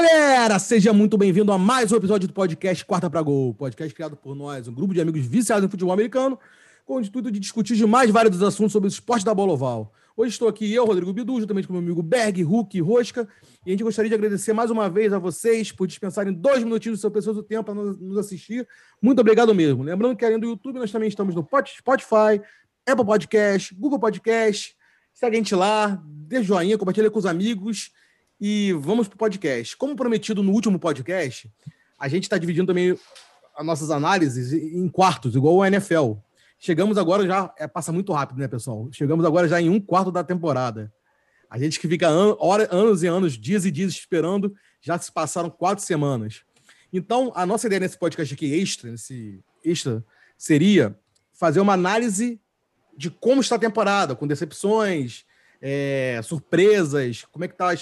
Galera, seja muito bem-vindo a mais um episódio do podcast Quarta pra Gol, podcast criado por nós, um grupo de amigos viciados em futebol americano, com o intuito de discutir de mais vários assuntos sobre o esporte da bola oval. Hoje estou aqui eu, Rodrigo Bidu, juntamente com meu amigo Berg, Hulk e Rosca, e a gente gostaria de agradecer mais uma vez a vocês por dispensarem 2 minutinhos do seu precioso tempo para nos assistir. Muito obrigado mesmo. Lembrando que além do YouTube, nós também estamos no Spotify, Apple Podcast, Google Podcast. Segue a gente lá, dê joinha, compartilha com os amigos. E vamos para o podcast. Como prometido no último podcast, a gente está dividindo também as nossas análises em quartos, igual o NFL. Chegamos agora já... passa muito rápido, né, pessoal? Chegamos agora já em 1/4 da temporada. A gente que fica anos e anos, dias e dias esperando, já se passaram 4 semanas. Então, a nossa ideia nesse podcast aqui extra, seria fazer uma análise de como está a temporada, com decepções... surpresas, como é que tá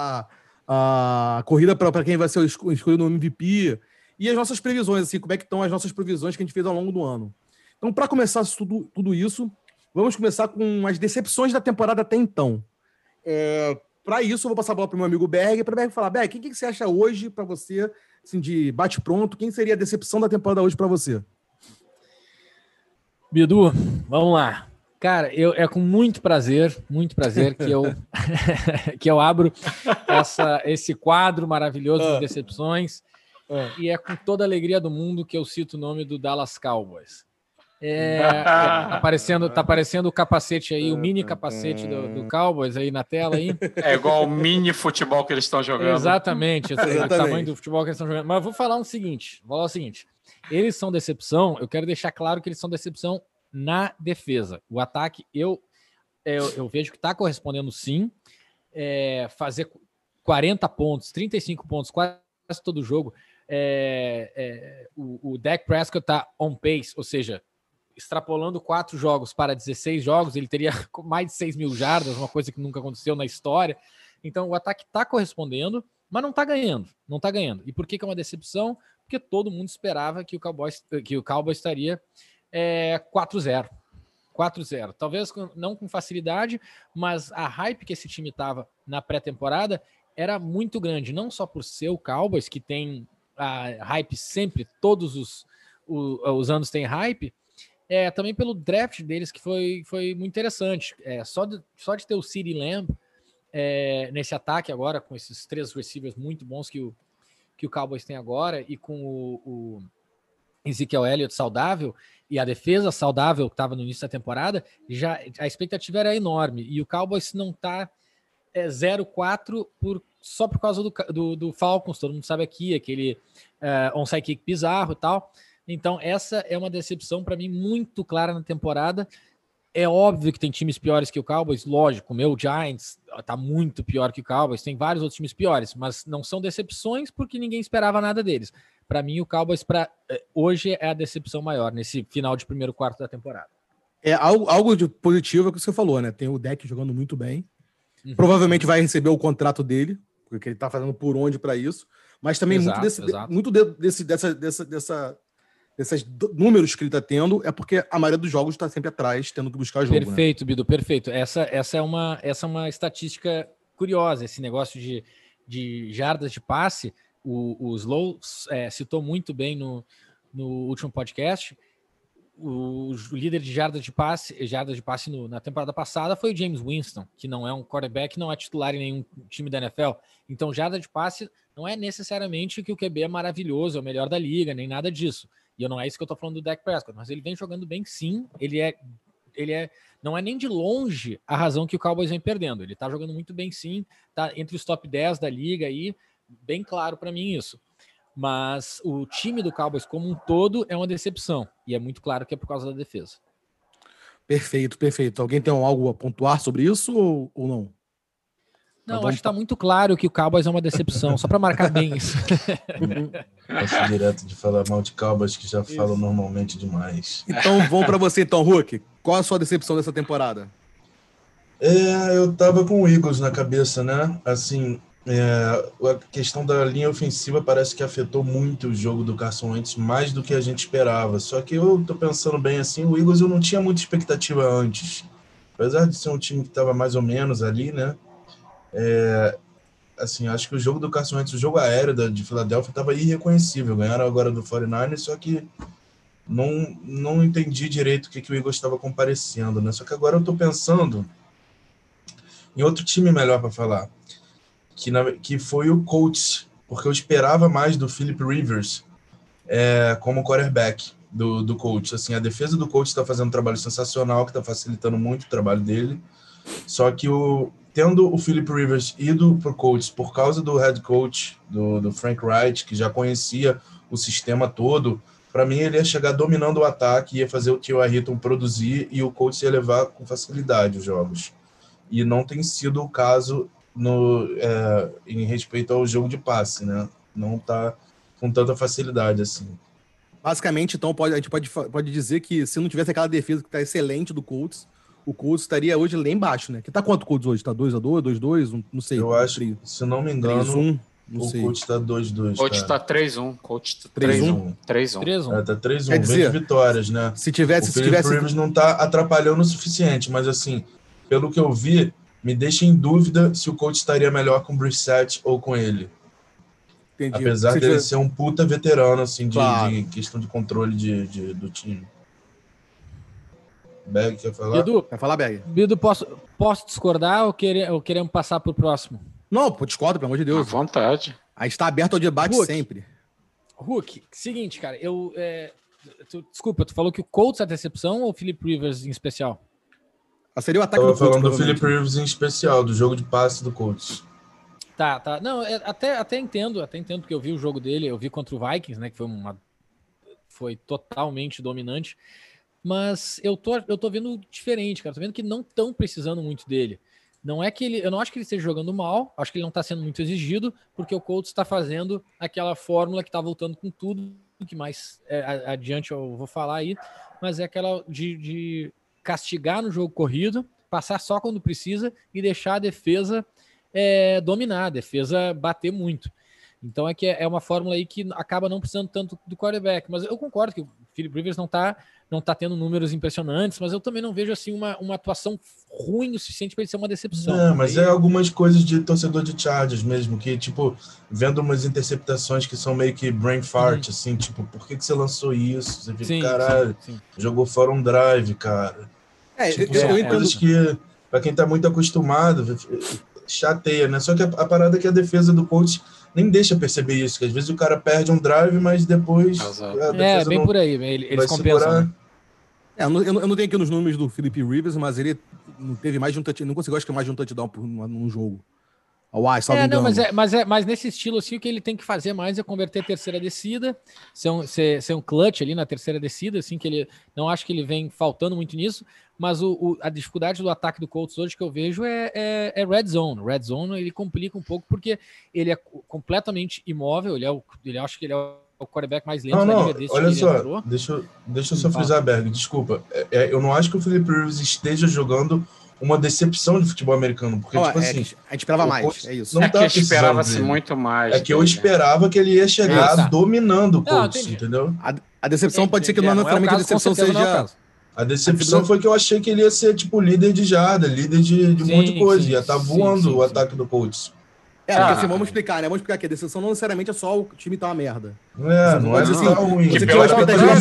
a corrida para quem vai ser escolhido no MVP e as nossas previsões, assim, como é que estão as nossas previsões que a gente fez ao longo do ano. Então, para começar tudo isso, vamos começar com as decepções da temporada até então. Para isso, eu vou passar a bola para o meu amigo Berg, para o Berg falar, Berg, o que você acha hoje para você, assim, de bate-pronto, quem seria a decepção da temporada hoje para você? Bidu, vamos lá. Cara, é com muito prazer que eu, que eu abro esse quadro maravilhoso de decepções e é com toda a alegria do mundo que eu cito o nome do Dallas Cowboys. Tá aparecendo o capacete aí, o mini capacete do Cowboys aí na tela aí. É igual o mini futebol que eles estão jogando. Exatamente, o tamanho do futebol que eles estão jogando. Mas vou falar o seguinte, eles são decepção, eu quero deixar claro que eles são decepção na defesa. O ataque, eu vejo que está correspondendo sim. Fazer 40 pontos, 35 pontos, quase todo jogo. O Dak Prescott está on pace, ou seja, extrapolando 4 jogos para 16 jogos, ele teria mais de 6 mil jardas, uma coisa que nunca aconteceu na história. Então, o ataque está correspondendo, mas não está ganhando. E por que é uma decepção? Porque todo mundo esperava que o Cowboys estaria 4-0. Talvez não com facilidade, mas a hype que esse time estava na pré-temporada era muito grande, não só por ser o Cowboys, que tem a hype sempre, todos os anos tem hype, também pelo draft deles, que foi muito interessante. Só de ter o CeeDee Lamb nesse ataque agora, com esses 3 receivers muito bons que o Cowboys tem agora, e com o Ezekiel Elliott saudável e a defesa saudável que estava no início da temporada, já a expectativa era enorme. E o Cowboys não está 0-4 só por causa do Falcons, todo mundo sabe aqui, aquele onside kick bizarro e tal. Então essa é uma decepção para mim muito clara na temporada. É óbvio que tem times piores que o Cowboys, lógico, o meu Giants tá muito pior que o Cowboys, tem vários outros times piores, mas não são decepções porque ninguém esperava nada deles. Para mim, o Cowboys hoje é a decepção maior, nesse final de 1/4 da temporada. Algo de positivo é o que você falou, né? Tem o Dak jogando muito bem, provavelmente vai receber o contrato dele, porque ele tá fazendo por onde para isso, mas também desses números que ele está tendo é porque a maioria dos jogos está sempre atrás, tendo que buscar jogo. Perfeito, né? Bidu, perfeito. Essa é uma estatística curiosa, esse negócio de jardas de passe. O Slow citou muito bem no último podcast. O líder de jardas de passe na temporada passada foi o James Winston, que não é um quarterback, não é titular em nenhum time da NFL. Então, jarda de passe não é necessariamente que o QB é maravilhoso, é o melhor da liga, nem nada disso. E não é isso que eu tô falando do Dak Prescott, mas ele vem jogando bem sim, não é nem de longe a razão que o Cowboys vem perdendo, ele tá jogando muito bem sim, tá entre os top 10 da liga aí, bem claro para mim isso. Mas o time do Cowboys como um todo é uma decepção, e é muito claro que é por causa da defesa. Perfeito. Alguém tem algo a pontuar sobre isso ou não? Não, acho que tá muito claro que o Cowboys é uma decepção, só para marcar bem isso. Passo direto de falar mal de Cowboys, que já falo normalmente demais. Então, vamos para você então, Hulk. Qual a sua decepção dessa temporada? Eu tava com o Eagles na cabeça, né? Assim, a questão da linha ofensiva parece que afetou muito o jogo do Carson Wentz, mais do que a gente esperava. Só que eu tô pensando bem assim, o Eagles eu não tinha muita expectativa antes. Apesar de ser um time que estava mais ou menos ali, né? assim, acho que o jogo do Carson Wentz, o jogo aéreo de Filadélfia estava irreconhecível. Ganharam agora do 49ers, só que não entendi direito o que o Eagles estava comparecendo, né? Só que agora eu estou pensando em outro time melhor para falar, que foi o Colts, porque eu esperava mais do Philip Rivers como quarterback do Colts. Assim, a defesa do Colts está fazendo um trabalho sensacional, que está facilitando muito o trabalho dele. Só que tendo o Philip Rivers ido para o Colts por causa do head coach, do Frank Reich, que já conhecia o sistema todo, para mim ele ia chegar dominando o ataque, ia fazer o T.Y. Hilton produzir e o Colts ia levar com facilidade os jogos. E não tem sido o caso em respeito ao jogo de passe, né? Não está com tanta facilidade assim. Basicamente, então, a gente pode dizer que se não tivesse aquela defesa que está excelente do Colts, o Colts estaria hoje lá embaixo, né? Que tá quanto o Colts hoje? Tá 2-2, 2-2? Não sei. Eu acho, se não me engano, 3-1, não sei. O Colts tá 2-2, Colts tá 3-1. Colts tá 3-1. 3-1. Tá 3-1, Quer dizer, 20 vitórias, né? Se tivesse... O Philip Rivers não tá atrapalhando o suficiente, mas assim, pelo que eu vi, me deixa em dúvida se o Colts estaria melhor com o Brissett ou com ele. Entendi. Apesar dele ser um puta veterano, assim, de questão de controle do time. Berg, quer falar? Bidu, quer falar, Berg? Bidu, posso discordar ou queremos passar pro próximo? Não, discordo, pelo amor de Deus. À vontade. A gente tá aberto ao debate sempre. Hulk, seguinte, cara, desculpa, tu falou que o Colts é a decepção ou o Philip Rivers em especial? Seria o ataque do Colts. Tava falando do Philip Rivers em especial, do jogo de passe do Colts. Tá. Não, até entendo, porque eu vi o jogo dele, eu vi contra o Vikings, né, que foi totalmente dominante. Mas eu tô vendo diferente, cara. Tô vendo que não estão precisando muito dele. Não é que eu não acho que ele esteja jogando mal, acho que ele não tá sendo muito exigido, porque o Colts está fazendo aquela fórmula que tá voltando com tudo, que mais adiante eu vou falar aí, mas é aquela de castigar no jogo corrido, passar só quando precisa e deixar a defesa dominar, a defesa bater muito. Então é uma fórmula aí que acaba não precisando tanto do quarterback, mas eu concordo que o Philip Rivers não tá tendo números impressionantes, mas eu também não vejo assim uma atuação ruim o suficiente para ele ser uma decepção. Mas algumas coisas de torcedor de Chargers mesmo, que tipo, vendo umas interceptações que são meio que brain fart, assim, tipo, por que você lançou isso? Você fica, caralho, jogou fora um drive, cara. São coisas que, para quem tá muito acostumado, chateia, né? Só que a parada é que a defesa do Colts nem deixa perceber isso, que às vezes o cara perde um drive, mas depois a defesa bem por aí, eles compensam. Eu não tenho aqui nos números do Philip Rivers, mas ele não teve mais de um touchdown, não conseguiu, acho que mais de um touchdown num jogo. Mas nesse estilo assim, o que ele tem que fazer mais é converter a terceira descida, ser um clutch ali na terceira descida, assim, que ele não acho que ele vem faltando muito nisso, mas a dificuldade do ataque do Colts hoje que eu vejo é red zone. Red zone ele complica um pouco porque ele é completamente imóvel, acho que ele é o quarterback mais lento da liga desse. Olha só, deixa eu só frisar, Berg, desculpa. Eu não acho que o Philip Rivers esteja jogando uma decepção de futebol americano, porque, tipo assim... A gente esperava mais, é isso. Não que esperava-se muito mais. É que eu esperava que ele ia chegar dominando o Colts, entendeu? A decepção pode ser que não necessariamente a decepção seja... A decepção foi que eu achei que ele ia ser, tipo, líder de jarda, líder de um monte de coisa. Ia estar voando o ataque do Colts. Porque assim, vamos explicar, né? Vamos explicar que a decepção não necessariamente é só o time tá uma merda. Não é assim, ruim. Você tinha uma expectativa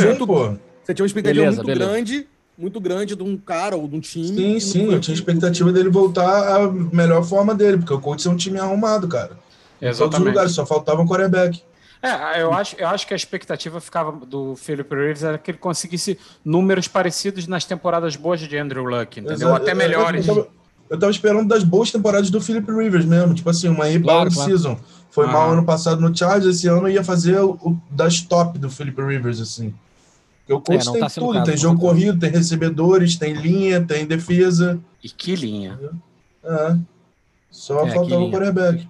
muito grande de um cara ou de um time. Sim, eu tinha expectativa dele voltar à melhor forma dele, porque o Colts é um time arrumado, cara. Em todos os lugares, só faltava um quarterback. Eu acho que a expectativa ficava do Philip Rivers era que ele conseguisse números parecidos nas temporadas boas de Andrew Luck, entendeu? Até melhores. Eu tava esperando das boas temporadas do Philip Rivers mesmo, tipo assim, uma rebound season. Foi mal ano passado no Chargers, esse ano ia fazer o das top do Philip Rivers, assim. Porque o Colts tem tudo, tem jogo corrido, tem recebedores, tem linha, tem defesa. E que linha. Só faltava o quarterback.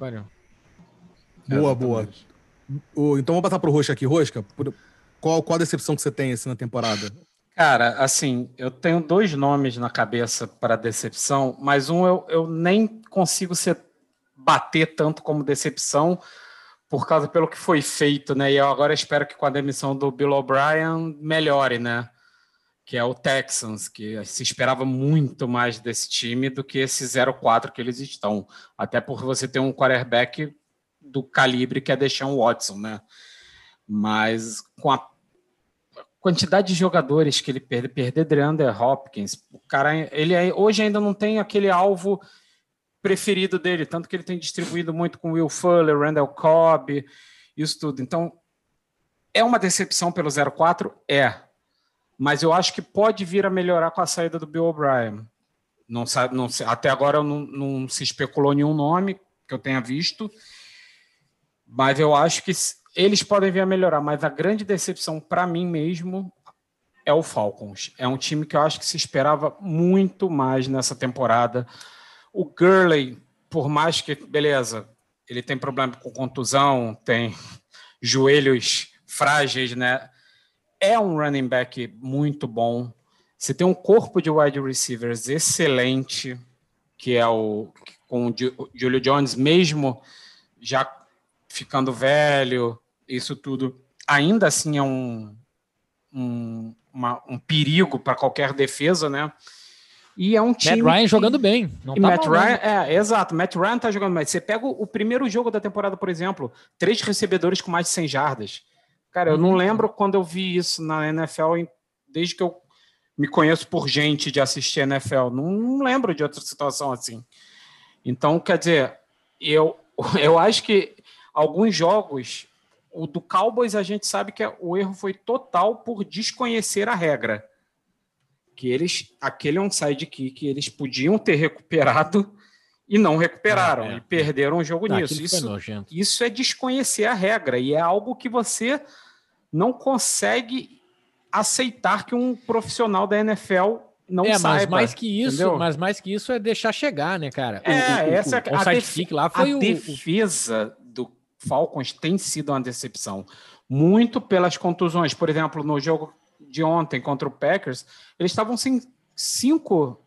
Boa. Então vamos passar pro Rosca aqui. Rosca, qual a decepção que você tem assim, na temporada? Cara, assim, eu tenho 2 nomes na cabeça para decepção, mas um eu nem consigo bater tanto como decepção por causa pelo que foi feito, né? E eu agora espero que com a demissão do Bill O'Brien melhore, né? que é o Texans, que se esperava muito mais desse time do que esse 0-4 que eles estão. Até por você ter um quarterback do calibre que é Deshaun Watson, né? Mas com a quantidade de jogadores que ele perder DeAndre Hopkins, o cara, hoje ainda não tem aquele alvo preferido dele, tanto que ele tem distribuído muito com Will Fuller, Randall Cobb, isso tudo. Então, é uma decepção pelo 0-4? Mas eu acho que pode vir a melhorar com a saída do Bill O'Brien. Não, até agora não se especulou nenhum nome que eu tenha visto, mas eu acho que eles podem vir a melhorar. Mas a grande decepção para mim mesmo é o Falcons. É um time que eu acho que se esperava muito mais nessa temporada. O Gurley, por mais que, beleza, ele tem problema com contusão, tem joelhos frágeis, né? É um running back muito bom. Você tem um corpo de wide receivers excelente, que é com o Julio Jones, mesmo já ficando velho, isso tudo. Ainda assim é um perigo para qualquer defesa, né? E é um time. Matt Ryan jogando bem. Não tá Matt Ryan, exato. Matt Ryan tá jogando bem. Você pega o primeiro jogo da temporada, por exemplo, 3 recebedores com mais de 100 jardas. Cara, eu não lembro quando eu vi isso na NFL, desde que eu me conheço por gente de assistir NFL. Não lembro de outra situação assim. Então, quer dizer, eu acho que alguns jogos, o do Cowboys, a gente sabe que o erro foi total por desconhecer a regra. Que aquele onside kick, eles podiam ter recuperado e não recuperaram, e perderam o jogo nisso. Isso é desconhecer a regra, e é algo que você não consegue aceitar que um profissional da NFL não saiba. Mas mais que isso é deixar chegar, né, cara? A defesa do Falcons tem sido uma decepção. Muito pelas contusões. Por exemplo, no jogo de ontem contra o Packers, eles estavam sem 5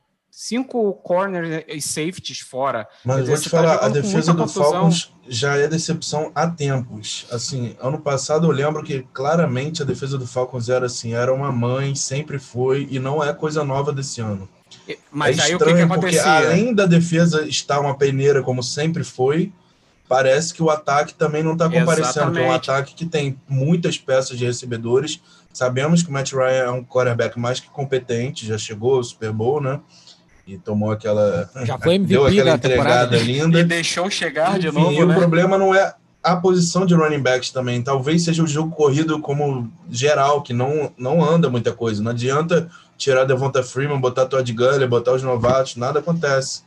corners e safeties fora. Mas eu vou te falar, a defesa do Falcons já é decepção há tempos. Assim, ano passado eu lembro que claramente a defesa do Falcons era uma mãe, sempre foi, e não é coisa nova desse ano. Mas é aí estranho, o que acontecia? Porque além da defesa estar uma peneira, como sempre foi, parece que o ataque também não está comparecendo, que é um ataque que tem muitas peças de recebedores. Sabemos que o Matt Ryan é um quarterback mais que competente, já chegou ao Super Bowl, né? E tomou aquela... Já foi MVP deu aquela da entregada linda. E deixou chegar de novo, e né? O problema não é a posição de running backs também. Talvez seja o jogo corrido como geral, que não anda muita coisa. Não adianta tirar Devonta Freeman, botar Todd Gurley, botar os novatos, nada acontece.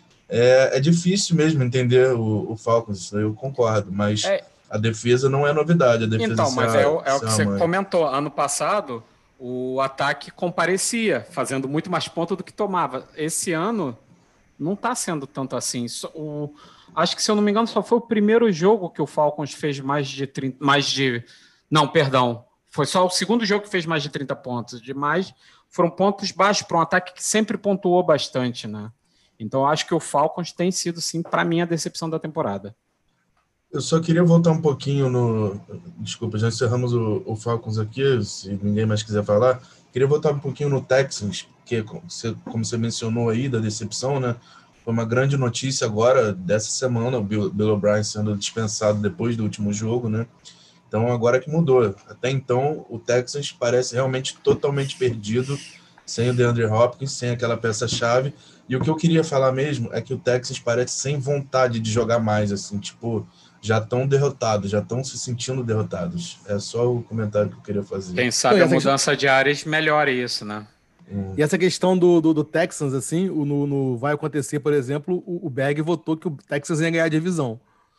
É difícil mesmo entender o Falcons, eu concordo, mas a defesa não é novidade. A defesa então, mas é o que você comentou. Ano passado, o ataque comparecia, fazendo muito mais pontos do que tomava. Esse ano, não está sendo tanto assim. Acho que, se eu não me engano, só foi o primeiro jogo que o Falcons fez mais de 30... Não, perdão. Foi só o segundo jogo que fez mais de 30 pontos. Demais foram pontos baixos para um ataque que sempre pontuou bastante, né? Então, acho que o Falcons tem sido, sim, para mim, a decepção da temporada. Eu só queria voltar um pouquinho no... Desculpa, já encerramos o Falcons aqui, se ninguém mais quiser falar. Queria voltar um pouquinho no Texans, que, como você mencionou aí, da decepção, né? Foi uma grande notícia agora, dessa semana, o Bill O'Brien sendo dispensado depois do último jogo, né? Então, agora que mudou. Até então, o Texans parece realmente totalmente perdido, sem o DeAndre Hopkins, sem aquela peça-chave. E o que eu queria falar mesmo é que o Texans parece sem vontade de jogar mais, assim, tipo, já estão derrotados, já estão se sentindo derrotados. É só o comentário que eu queria fazer. Quem sabe a mudança de áreas melhora isso, né? E essa questão do Texans, assim, vai acontecer, por exemplo, o Berg votou que o Texans ia ganhar a divisão.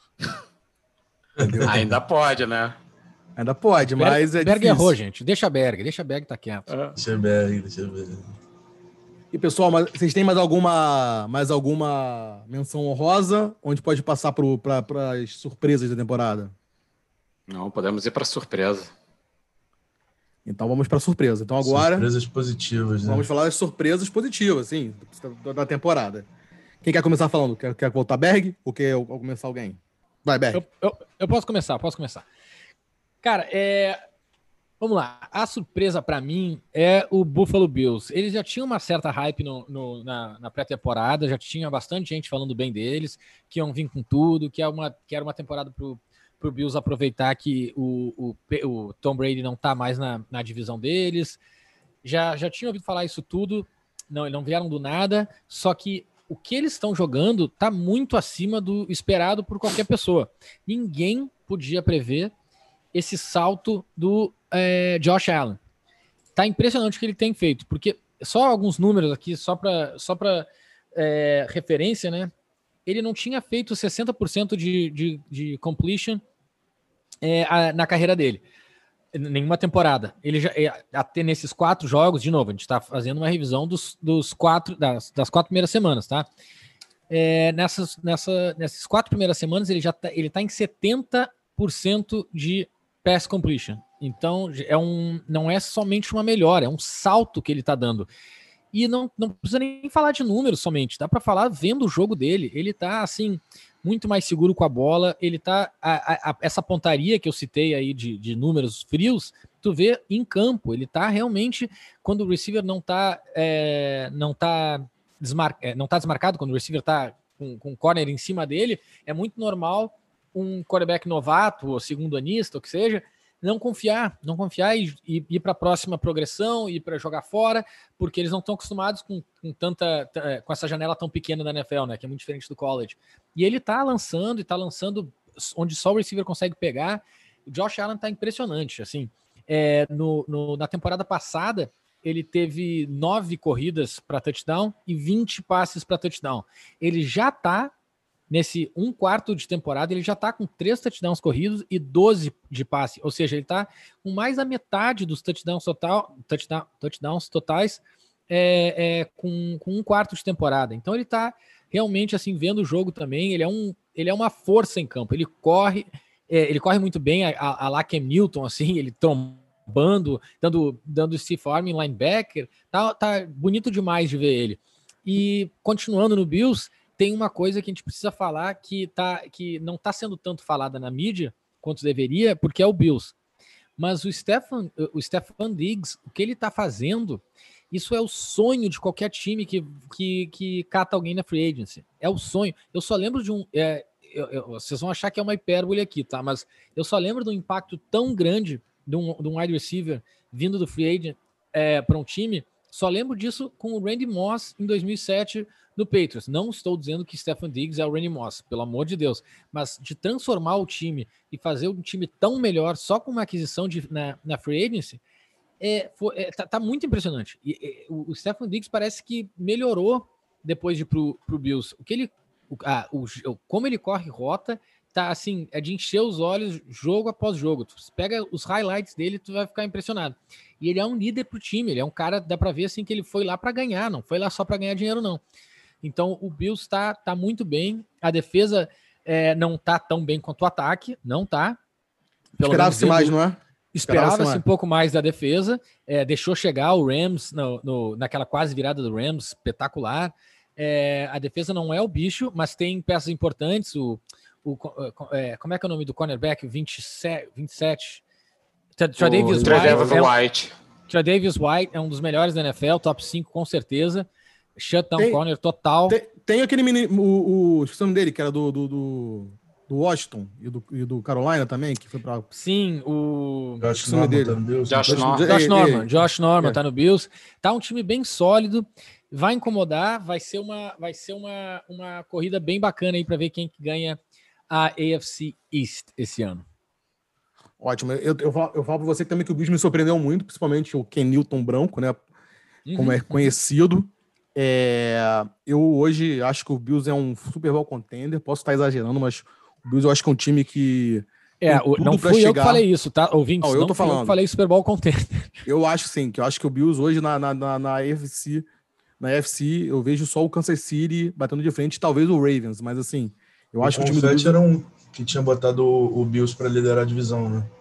Entendeu? Ainda pode, né? Ainda pode, mas é Berg difícil. Errou, gente. Deixa Berg tá quieto. Deixa Berg. E, pessoal, vocês têm mais alguma menção honrosa? Onde pode passar para as surpresas da temporada? Não, podemos ir para surpresa. Então vamos para surpresa. Então agora... Surpresas positivas, né? Vamos falar das surpresas positivas, sim, da temporada. Quem quer começar falando? Quer voltar Berg? Ou quer começar alguém? Vai, Berg. Eu posso começar. Cara, Vamos lá. A surpresa para mim é o Buffalo Bills. Eles já tinham uma certa hype na pré-temporada, já tinha bastante gente falando bem deles, que iam vir com tudo, que era uma temporada pro Bills aproveitar que o Tom Brady não tá mais na divisão deles. Já tinha ouvido falar isso tudo. Não vieram do nada, só que o que eles estão jogando tá muito acima do esperado por qualquer pessoa. Ninguém podia prever esse salto do Josh Allen. Tá impressionante o que ele tem feito, porque só alguns números aqui, só para referência, né? Ele não tinha feito 60% de completion na carreira dele. Nenhuma temporada. Ele já até nesses 4 jogos, de novo, a gente está fazendo uma revisão das 4 primeiras semanas, tá? Nessas 4 primeiras semanas ele tá em 70% de pass completion. Então não é somente uma melhora, é um salto que ele tá dando. E não precisa nem falar de números somente, dá para falar vendo o jogo dele. Ele tá assim muito mais seguro com a bola, ele tá essa pontaria que eu citei aí de números frios, tu vê em campo, ele tá realmente, quando o receiver não tá desmarcado, quando o receiver tá com o corner em cima dele, é muito normal um quarterback novato, ou segundo anista, ou que seja, não confiar e ir para a próxima progressão, ir para jogar fora, porque eles não estão acostumados com essa janela tão pequena da NFL, né, que é muito diferente do college. E ele tá lançando onde só o receiver consegue pegar. O Josh Allen tá impressionante, assim. Na temporada passada, ele teve 9 corridas para touchdown e 20 passes para touchdown. Ele já tá nesse 1/4 de temporada, ele já tá com 3 touchdowns corridos e 12 de passe. Ou seja, ele tá com mais da metade dos touchdowns totais com 1/4 de temporada. Então ele tá realmente assim vendo o jogo também. Ele é uma força em campo. Ele corre muito bem, a lá Cam Newton, assim, ele trombando, dando stiff arm em linebacker. Tá bonito demais de ver ele. E continuando no Bills, tem uma coisa que a gente precisa falar que não está sendo tanto falada na mídia quanto deveria, porque é o Bills. Mas o Stefon Diggs, o que ele está fazendo, isso é o sonho de qualquer time que cata alguém na free agency. É o sonho. Eu só lembro de vocês vão achar que é uma hipérbole aqui, tá? Mas eu só lembro de um impacto tão grande de um wide receiver vindo do free agent para um time. Só lembro disso com o Randy Moss em 2007 no Patriots. Não estou dizendo que Stefon Diggs é o Randy Moss, pelo amor de Deus, mas de transformar o time e fazer um time tão melhor só com uma aquisição na free agency, tá muito impressionante. O Stefon Diggs parece que melhorou depois de ir pro Bills. Como ele corre rota, tá assim, é de encher os olhos jogo após jogo. Tu pega os highlights dele, tu vai ficar impressionado. E ele é um líder pro time, ele é um cara, dá pra ver assim que ele foi lá pra ganhar, não foi lá só pra ganhar dinheiro, não. Então o Bills tá muito bem, a defesa não tá tão bem quanto o ataque, não tá. Esperava-se mais, não é? Esperava-se um pouco mais da defesa, deixou chegar o Rams naquela quase virada do Rams, espetacular. A defesa não é o bicho, mas tem peças importantes, como é que é o nome do cornerback? 27. Tre'Davious White é um dos melhores da NFL, top 5 com certeza. Shutdown corner total. Tem aquele menino, o nome dele, que era do Washington e do Carolina também, que foi pra... Sim, o... Josh Norman tá no Bills. Josh Norman tá no Bills. Tá um time bem sólido, vai incomodar, vai ser uma corrida bem bacana aí para ver quem que ganha a AFC East esse ano. Ótimo. Eu falo pra você também que o Bills me surpreendeu muito, principalmente o Ken Newton branco, né? Como é conhecido. Eu hoje acho que o Bills é um Super Bowl contender. Posso estar exagerando, mas o Bills eu acho que é um time que... não fui eu que falei isso, tá? Ouvintes, não, eu tô falando. Eu que falei Super Bowl contender. Eu acho sim, que eu acho que o Bills hoje na AFC, eu vejo só o Kansas City batendo de frente, talvez o Ravens, mas assim, eu acho que o time do Bills... era um que tinha botado o Bills para liderar a divisão, né?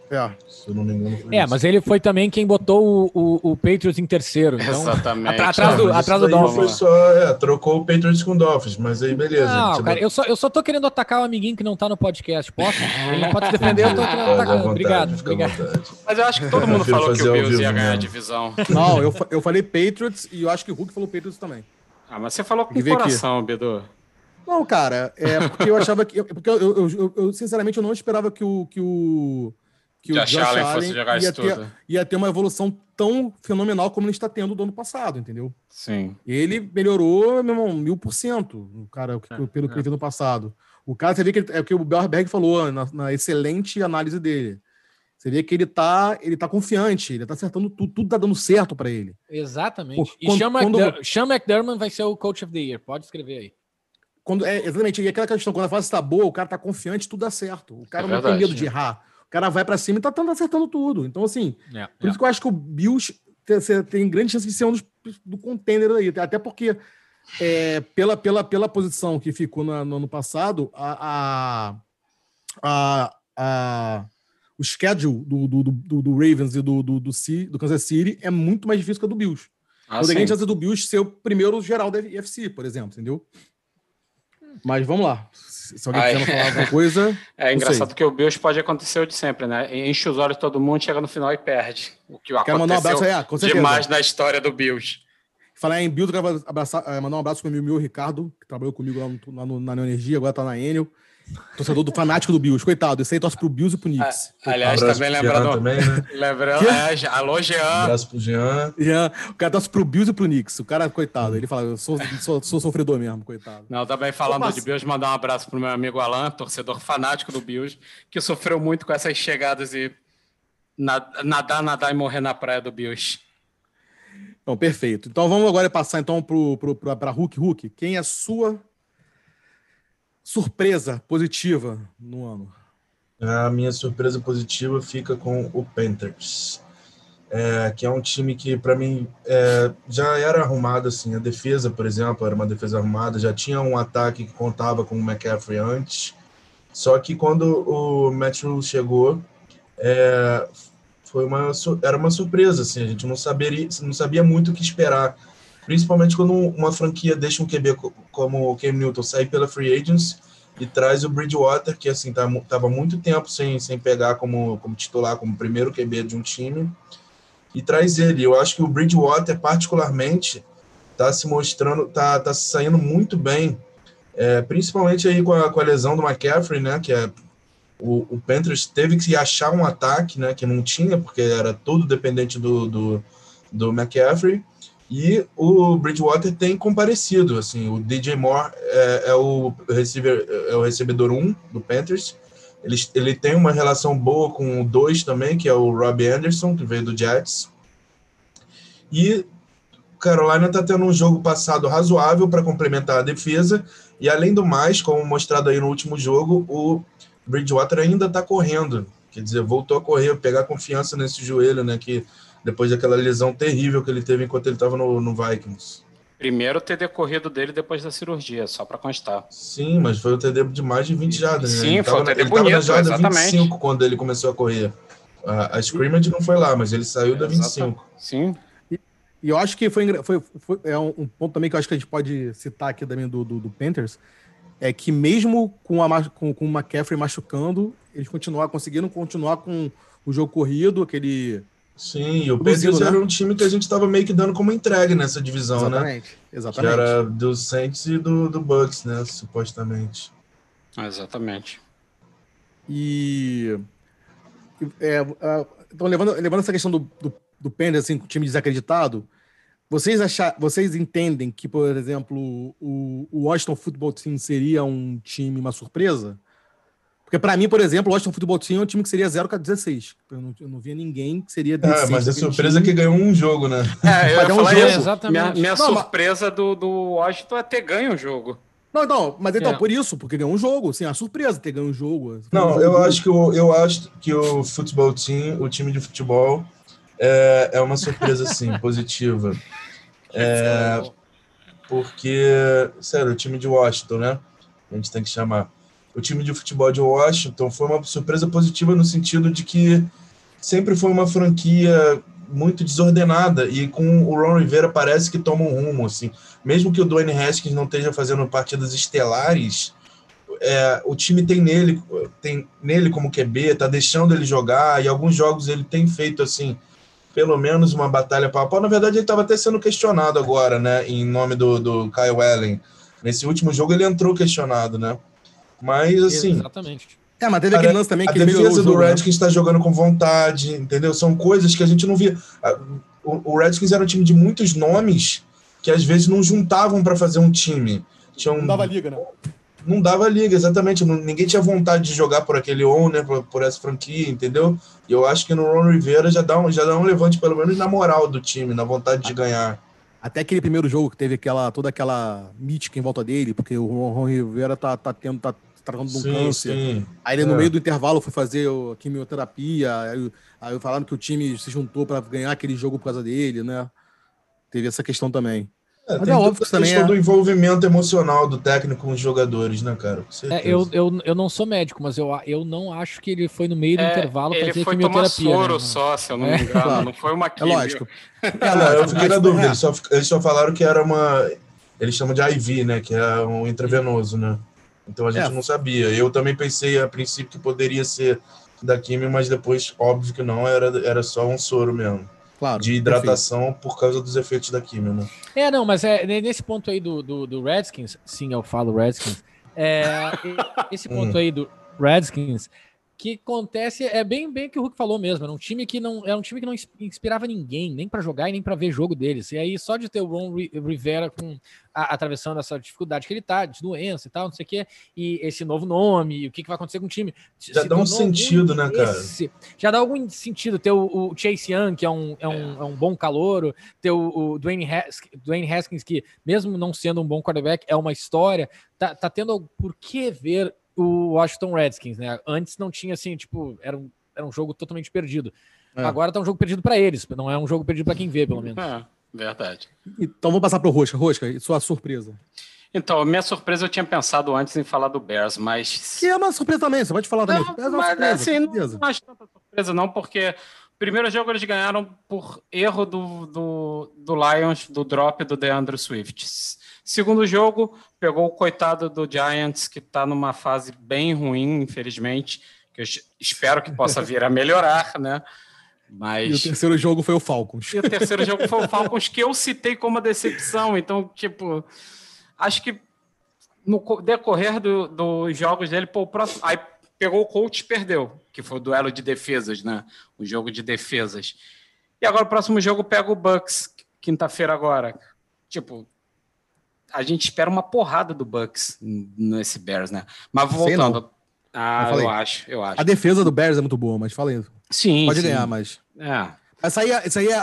Se eu não me engano, foi isso. Mas ele foi também quem botou o Patriots em terceiro. Então, exatamente. Atrás do Dolphins. Foi só, trocou o Patriots com o Dolphins, mas aí beleza. Não, cara, eu só tô querendo atacar o amiguinho que não tá no podcast. Posso? Ele não pode se defender, eu tô querendo atacar. Obrigado. Mas eu acho que todo mundo falou que o Bills ia ganhar a divisão. Não, eu falei Patriots e eu acho que o Hulk falou Patriots também. Mas você falou com o coração, Bidu. Não, cara, porque eu achava que... Porque eu sinceramente, eu não esperava que o Josh Allen fosse jogar isso tudo. Ia ter uma evolução tão fenomenal como ele está tendo do ano passado, entendeu? Sim. Ele melhorou, meu irmão, 1000%, o cara, pelo que ele viu no passado. O cara, você vê que é o que o Berg falou na excelente análise dele. Você vê que ele tá confiante, ele tá acertando tudo tá dando certo para ele. Exatamente. Sean McDermott vai ser o Coach of the Year, pode escrever aí. Exatamente, e aquela questão, quando a fase está boa, o cara tá confiante, tudo dá certo. O cara não tem medo de errar. O cara vai pra cima e tá acertando tudo. Então, assim, por isso que eu acho que o Bills tem grande chance de ser um do contender aí. Até porque, pela posição que ficou no ano passado, o schedule do Ravens e do Kansas City é muito mais difícil que a do Bills. Tem grande chance do Bills ser o primeiro geral da NFC, por exemplo, entendeu? Mas vamos lá. Se alguém quiser falar alguma coisa... É engraçado que o Bills pode acontecer o de sempre, né? Enche os olhos de todo mundo, chega no final e perde. O que quero aconteceu mandar um abraço, demais na história do Bills. Falar em Bills, eu quero mandar um abraço para o meu Ricardo, que trabalhou comigo lá na Neoenergia, agora tá na Enel. Torcedor fanático do Bills. Coitado, esse aí torce pro Bills e pro Knicks. Aliás, também lembrando... Também, né? Alô, Jean. Um abraço pro Jean. O cara torce pro Bills e pro Knicks. O cara, coitado, ele fala, eu sou sofredor mesmo, coitado. Não, também falando de Bills, mandar um abraço pro meu amigo Alan, torcedor fanático do Bills, que sofreu muito com essas chegadas e nadar e morrer na praia do Bills. Então, perfeito. Então, vamos agora passar então para Hulk. Quem é a sua surpresa positiva no ano? A minha surpresa positiva fica com o Panthers, que é um time que, para mim, já era arrumado. Assim, a defesa, por exemplo, era uma defesa arrumada, já tinha um ataque que contava com o McCaffrey antes, só que quando o Matt Rule chegou, era uma surpresa, assim, a gente não sabia muito o que esperar, principalmente quando uma franquia deixa um QB como o Cam Newton sair pela Free Agents e traz o Bridgewater, que assim estava muito tempo sem pegar como titular, como primeiro QB de um time, e traz ele. Eu acho que o Bridgewater, particularmente, está se mostrando, tá se saindo muito bem, principalmente aí com a lesão do McCaffrey, né, que o Panthers teve que achar um ataque, né, que não tinha, porque era todo dependente do McCaffrey, e o Bridgewater tem comparecido, assim, o DJ Moore é o recebedor 1 do Panthers, ele tem uma relação boa com o 2 também, que é o Robbie Anderson, que veio do Jets, e Carolina está tendo um jogo passado razoável para complementar a defesa, e além do mais, como mostrado aí no último jogo, o Bridgewater ainda está correndo, quer dizer, voltou a correr, pegar confiança nesse joelho, né, que depois daquela lesão terrível que ele teve enquanto ele estava no Vikings. Primeiro TD corrido dele depois da cirurgia, só para constar. Sim, mas foi o TD de mais de 20 jardas, né? Sim, foi o TD bonito, na jarda exatamente. 25 quando ele começou a correr. A scrimmage não foi lá, mas ele saiu da 25. Sim. E eu acho que foi um ponto também que eu acho que a gente pode citar aqui também do Panthers, é que mesmo com o McCaffrey machucando, eles conseguiram continuar com o jogo corrido, aquele... Sim, e o Panthers era um time que a gente estava meio que dando como entregue nessa divisão, Exatamente. Que era do Saints e do Bucks, né, supostamente. Exatamente. Então, levando essa questão do Panthers, assim, com o time desacreditado, vocês entendem que, por exemplo, o Washington Football Team seria um time, uma surpresa? Porque, para mim, por exemplo, o Washington Football Team é um time que seria 0-16. Eu não via ninguém que seria 16. Mas a surpresa é que ganhou um jogo, né? Eu ia falar isso. Exatamente. Minha surpresa do Washington é ter ganho o jogo. Mas por isso, porque ganhou um jogo. Assim, a surpresa ter ganho um jogo. Não, eu acho que o Football Team, o time de futebol, é uma surpresa, sim, positiva. Porque, sério, o time de Washington, né? A gente tem que chamar. o time de futebol de Washington foi uma surpresa positiva no sentido de que sempre foi uma franquia muito desordenada e com o Ron Rivera parece que toma um rumo, assim. Mesmo que o Dwayne Haskins não esteja fazendo partidas estelares, o time tem nele como QB, tá deixando ele jogar, e alguns jogos ele tem feito, assim, pelo menos uma batalha pau a pau. Na verdade, ele estava até sendo questionado agora, né, em nome do Kyle Allen. Nesse último jogo ele entrou questionado, né? Mas, assim... Exatamente. Mas teve aquele lance também que a defesa do Redskins está jogando com vontade, entendeu? São coisas que a gente não via. O Redskins era um time de muitos nomes que às vezes não juntavam para fazer um time. Não dava liga, né? Não dava liga, exatamente. Ninguém tinha vontade de jogar por aquele owner, por essa franquia, entendeu? E eu acho que no Ron Rivera já dá um levante, pelo menos na moral do time, na vontade de ganhar. Até aquele primeiro jogo que teve toda aquela mítica em volta dele, porque o Ron Rivera tá tratando de um câncer. Sim. Aí ele no meio do intervalo foi fazer a quimioterapia, aí falaram que o time se juntou para ganhar aquele jogo por causa dele, né? Teve essa questão também. Mas óbvio que também do envolvimento emocional do técnico com os jogadores, né, cara? Eu não sou médico, mas eu não acho que ele foi no meio do intervalo fazer quimioterapia. Ele foi tomar soro, né? Só, se eu não me engano. Claro. Não foi uma quimio. É lógico. Eu fiquei na dúvida. Eles só falaram que era uma... Eles chamam de IV, né? Que é um intravenoso, né? Então a gente não sabia. Eu também pensei a princípio que poderia ser da quimio, mas depois, óbvio que não, era só um soro mesmo. Claro, de hidratação por causa dos efeitos da quimio, né? Mas nesse ponto aí do Redskins, sim, eu falo Redskins, esse ponto aí do Redskins, que acontece bem o que o Hulk falou mesmo, era um time que não inspirava ninguém, nem para jogar e nem para ver jogo deles. E aí só de ter o Ron Rivera atravessando essa dificuldade que ele tá, de doença e tal, não sei o quê, e esse novo nome, e o que vai acontecer com o time. Já dá um sentido, né, cara? Já dá algum sentido ter o Chase Young, que é um bom calouro, ter o Dwayne Haskins, que mesmo não sendo um bom quarterback, é uma história, tá tendo por que ver o Washington Redskins, né? Antes não tinha, assim, tipo, era um jogo totalmente perdido. Agora tá um jogo perdido para eles, não é um jogo perdido para quem vê, pelo menos. Verdade. Então vamos passar pro Rosca. Rosca, sua surpresa. Então, a minha surpresa eu tinha pensado antes em falar do Bears, mas... Que é uma surpresa também, você pode falar também. Mas assim, não acho tanta surpresa não, porque o primeiro jogo eles ganharam por erro do Lions, do drop do DeAndre Swift. Segundo jogo, pegou o coitado do Giants, que está numa fase bem ruim, infelizmente, que eu espero que possa vir a melhorar, né? Mas... E o terceiro jogo foi o Falcons. E o terceiro jogo foi o Falcons, que eu citei como decepção. Então, tipo, acho que no decorrer dos jogos dele, o próximo... Aí pegou o Colts e perdeu, que foi o duelo de defesas, né? O jogo de defesas. E agora o próximo jogo pega o Bucks, quinta-feira agora. Tipo... A gente espera uma porrada do Bucks nesse Bears, né? Mas voltando... eu acho. A defesa do Bears é muito boa, mas fala aí. Sim, pode ganhar, mas... Isso aí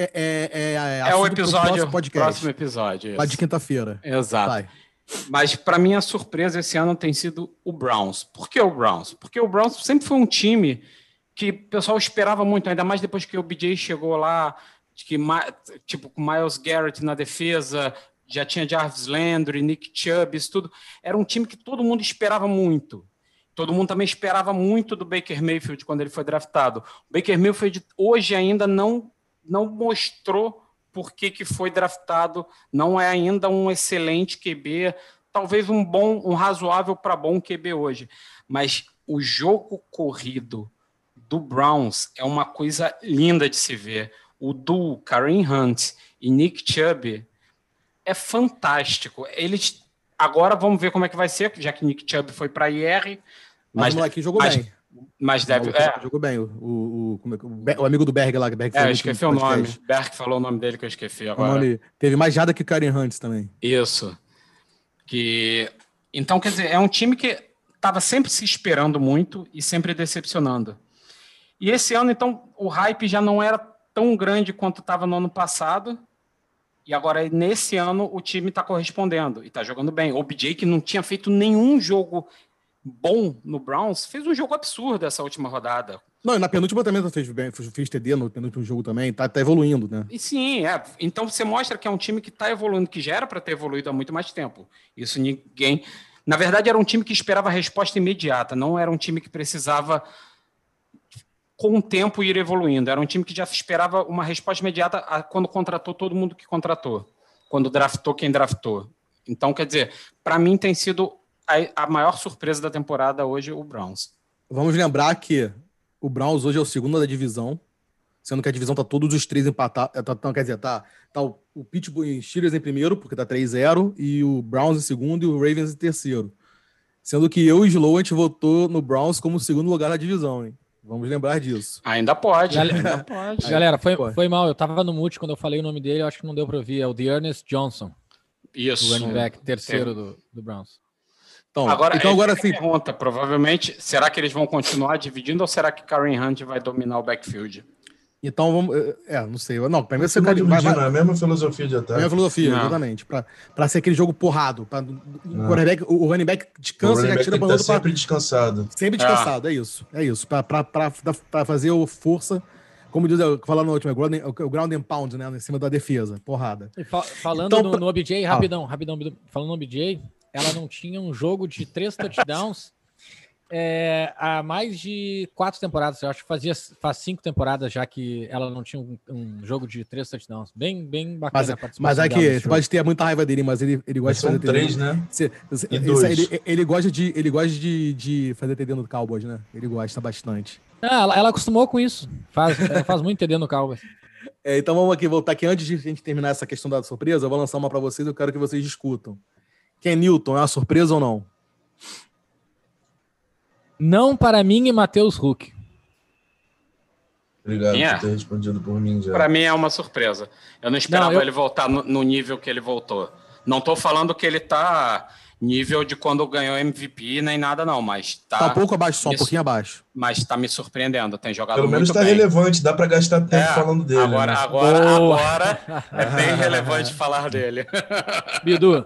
é o episódio, próximo episódio. Lá de quinta-feira. Exato. Vai. Mas, para mim, a surpresa esse ano tem sido o Browns. Por que o Browns? Porque o Browns sempre foi um time que o pessoal esperava muito, ainda mais depois que o BJ chegou lá, tipo, com Myles Garrett na defesa... Já tinha Jarvis Landry, Nick Chubb, isso tudo. Era um time que todo mundo esperava muito. Todo mundo também esperava muito do Baker Mayfield quando ele foi draftado. O Baker Mayfield hoje ainda não mostrou por que foi draftado. Não é ainda um excelente QB. Talvez um razoável para bom QB hoje. Mas o jogo corrido do Browns é uma coisa linda de se ver. O duo Kareem Hunt e Nick Chubb é fantástico. Eles agora vamos ver como é que vai ser, já que Nick Chubb foi para IR. Mas o moleque jogou bem. Mas deve. Jogou bem. O amigo do Berg lá, que Berg eu esqueci o nome. Berg falou o nome dele que eu esqueci agora. Teve mais jada que o Kareem Hunt também. Isso. Então, quer dizer, é um time que estava sempre se esperando muito e sempre decepcionando. E esse ano, então, o hype já não era tão grande quanto estava no ano passado. E agora, nesse ano, o time está correspondendo e está jogando bem. O OBJ, que não tinha feito nenhum jogo bom no Browns, fez um jogo absurdo essa última rodada. Não, e na penúltima também fez TD no penúltimo jogo também, tá evoluindo, né? E sim, então você mostra que é um time que está evoluindo, que já era para ter evoluído há muito mais tempo. Isso ninguém... Na verdade, era um time que esperava a resposta imediata, não era um time que precisava, com o tempo, ir evoluindo. Era um time que já esperava uma resposta imediata quando contratou todo mundo que contratou, quando draftou quem draftou. Então, quer dizer, para mim tem sido a maior surpresa da temporada hoje o Browns. Vamos lembrar que o Browns hoje é o segundo da divisão, sendo que a divisão tá todos os três empatados. Quer dizer, tá o Pittsburgh Steelers em primeiro, porque tá 3-0, e o Browns em segundo e o Ravens em terceiro. Sendo que eu e o Slow, a gente votou no Browns como segundo lugar da divisão, hein? Vamos lembrar disso. Ainda pode. Ainda pode. Galera, foi mal. Eu tava no mute quando eu falei o nome dele, eu acho que não deu pra ouvir. É o Dearness Johnson. Isso. O running back terceiro do Browns. Então agora sim. Pergunta, provavelmente, será que eles vão continuar dividindo ou será que Kareem Hunt vai dominar o backfield? Então vamos. Não sei. Não, pra mim você vai dividir a mesma filosofia de ataque. A mesma filosofia, exatamente. Pra ser aquele jogo porrado. O running back descansa e já tira pra sempre descansado. Sempre descansado, é isso. É isso. Pra fazer força. Como diz, falando na última, o ground and pound, né? Em cima da defesa. Porrada. E falando então, no OBJ, rapidão. Falando no OBJ, ela não tinha um jogo de 3 touchdowns. Há mais de 4 temporadas, eu acho que faz 5 temporadas já que ela não tinha um jogo de 3 touchdowns. Bem bacana. Mas é que você pode ter muita raiva dele, mas ele gosta de fazer 3, né? Ele gosta de fazer TD no Cowboys, né? Ele gosta bastante. Ela acostumou com isso. Ela faz muito TD no Cowboys. Então vamos aqui, voltar aqui. Antes de a gente terminar essa questão da surpresa, eu vou lançar uma para vocês, eu quero que vocês discutam. Ken Newton é uma surpresa ou não? Não para mim e Matheus Huck. Obrigado por ter respondido por mim já. Para mim é uma surpresa. Eu não esperava ele voltar no nível que ele voltou. Não estou falando que ele está nível de quando ganhou MVP nem nada não, mas tá um pouco abaixo, só um pouquinho abaixo. Mas está me surpreendendo, tem jogado pelo menos muito bem. Pelo menos está relevante, dá para gastar tempo falando dele. Agora é bem relevante falar dele. Bidu,